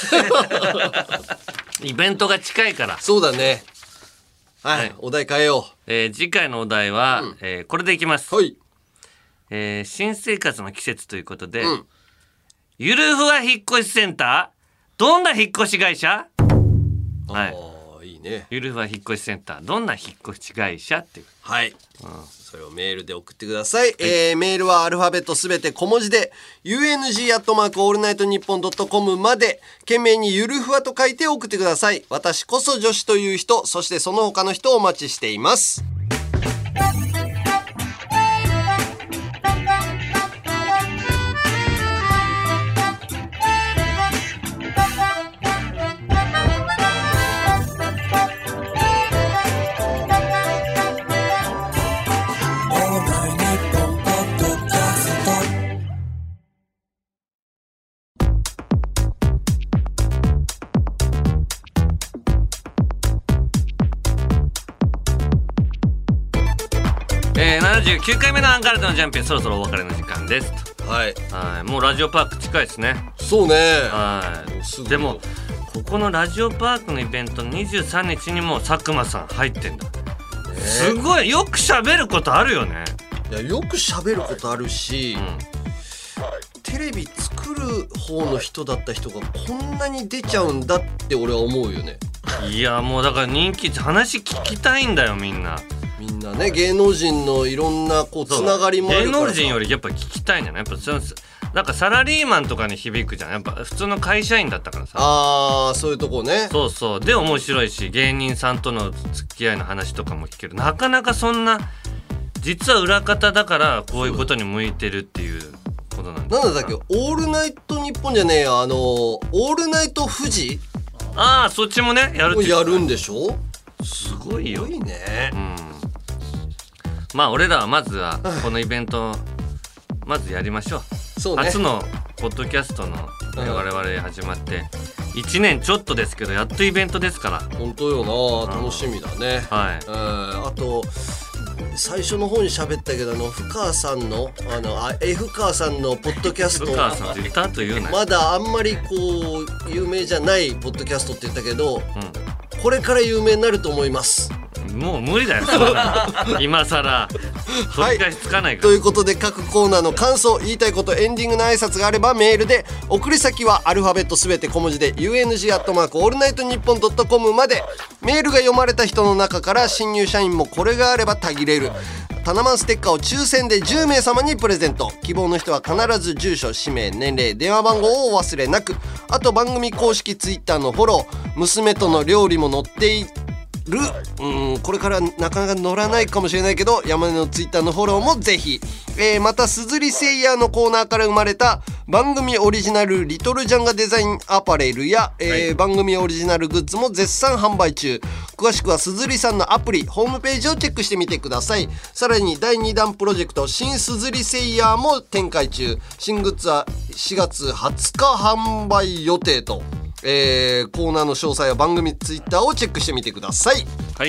イベントが近いから。 そうだね。はい、お題変えよう。次回のお題は、これでいきます。 はい。 新生活の季節ということで、ゆるふわ引っ越しセンター、どんな引っ越し会社？はい。 いいいね。 ゆるふわ引っ越しセンター、どんな引っ越し会社っていう。 はい、それをメールで送ってください。メールはアルファベットすべて小文字で UNG@allnightnippon.com まで懸命にゆるふわと書いて送ってください。私こそ女子という人、そしてその他の人をお待ちしています。 79回目のアンガールズのジャンピオン、そろそろお別れの時間です。 はい、 もうラジオパーク近いですね。 そうね。 でもここのラジオパークのイベント23日にも佐久間さん入ってんだ、すごいよく喋ることあるよね。 いや、よく喋ることあるし、テレビ作る方の人だった人がこんなに出ちゃうんだって俺は思うよね。 いや、もうだから人気、話聞きたいんだよみんなね。芸能人のいろんなこうつながりもあるから、 芸能人よりやっぱ聞きたいんじゃない。やっぱなんかサラリーマンとかに響くじゃん。やっぱ普通の会社員だったからさ。 そういうとこね。 そうそう。で面白いし、芸人さんとの付き合いの話とかも聞ける。なかなかそんな、実は裏方だからこういうことに向いてるっていうことなんだ。 なんだっけ、オールナイトニッポンじゃねえや、オールナイト富士、 そっちもねやるんでしょ。 すごいよ。 すごいね。 まあ俺らはまずはこのイベントまずやりましょう。そうね。初のポッドキャストの、我々始まって1年ちょっとですけど、やっとイベントですから。 本当よな、楽しみだね。あと最初の方に喋ったけど、深川さんのF川さんのポッドキャスト、 深川さんって言ったというね、 まだあんまりこう有名じゃないポッドキャストって言ったけど、これから有名になると思います。 もう無理だよ今さら取り返しつかないから、 ということで各コーナーの感想、言いたいこと、エンディングの挨拶があればメールで、送り先はアルファベットすべて小文字で UNG@allnightnippon.com まで。メールが読まれた人の中から新入社員もこれがあればたぎれるタナマンステッカーを抽選で10名様にプレゼント。希望の人は必ず住所、氏名、年齢、電話番号をお忘れなく。あと番組公式ツイッターのフォロー、娘との料理も載っている。これからなかなか乗らないかもしれないけど、山根のツイッターのフォローもぜひ。またすずりセイヤーのコーナーから生まれた番組オリジナルリトルジャンガデザインアパレルや、番組オリジナルグッズも絶賛販売中。詳しくはすずりさんのアプリ、ホームページをチェックしてみてください。さらに第2弾プロジェクト新すずりセイヤーも展開中。新グッズは4月20日販売予定と。コーナーの詳細は番組ツイッターをチェックしてみてください。 はい。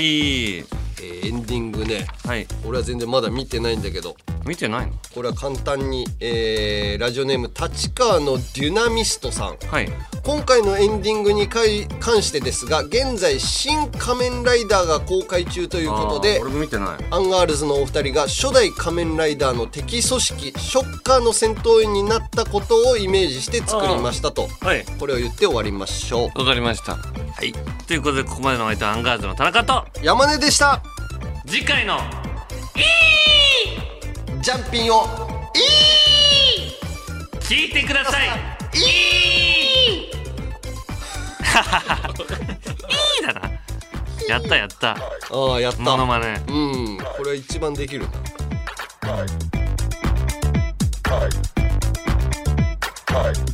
エンディングね、俺は全然まだ見てないんだけど。 見てないの？ これは簡単に、ラジオネーム立川のデュナミストさん、今回のエンディングに関してですが、現在新仮面ライダーが公開中ということで、 俺も見てない。 アンガールズのお二人が初代仮面ライダーの敵組織ショッカーの戦闘員になったことをイメージして作りましたと、これを言って終わりましょう。 わかりました。ということで、ここまでの相手はアンガールズの田中と山根でした。 次回のジャンピンを聞いてください。いいだな。やった。 やったモノマネ。 これは一番できるな。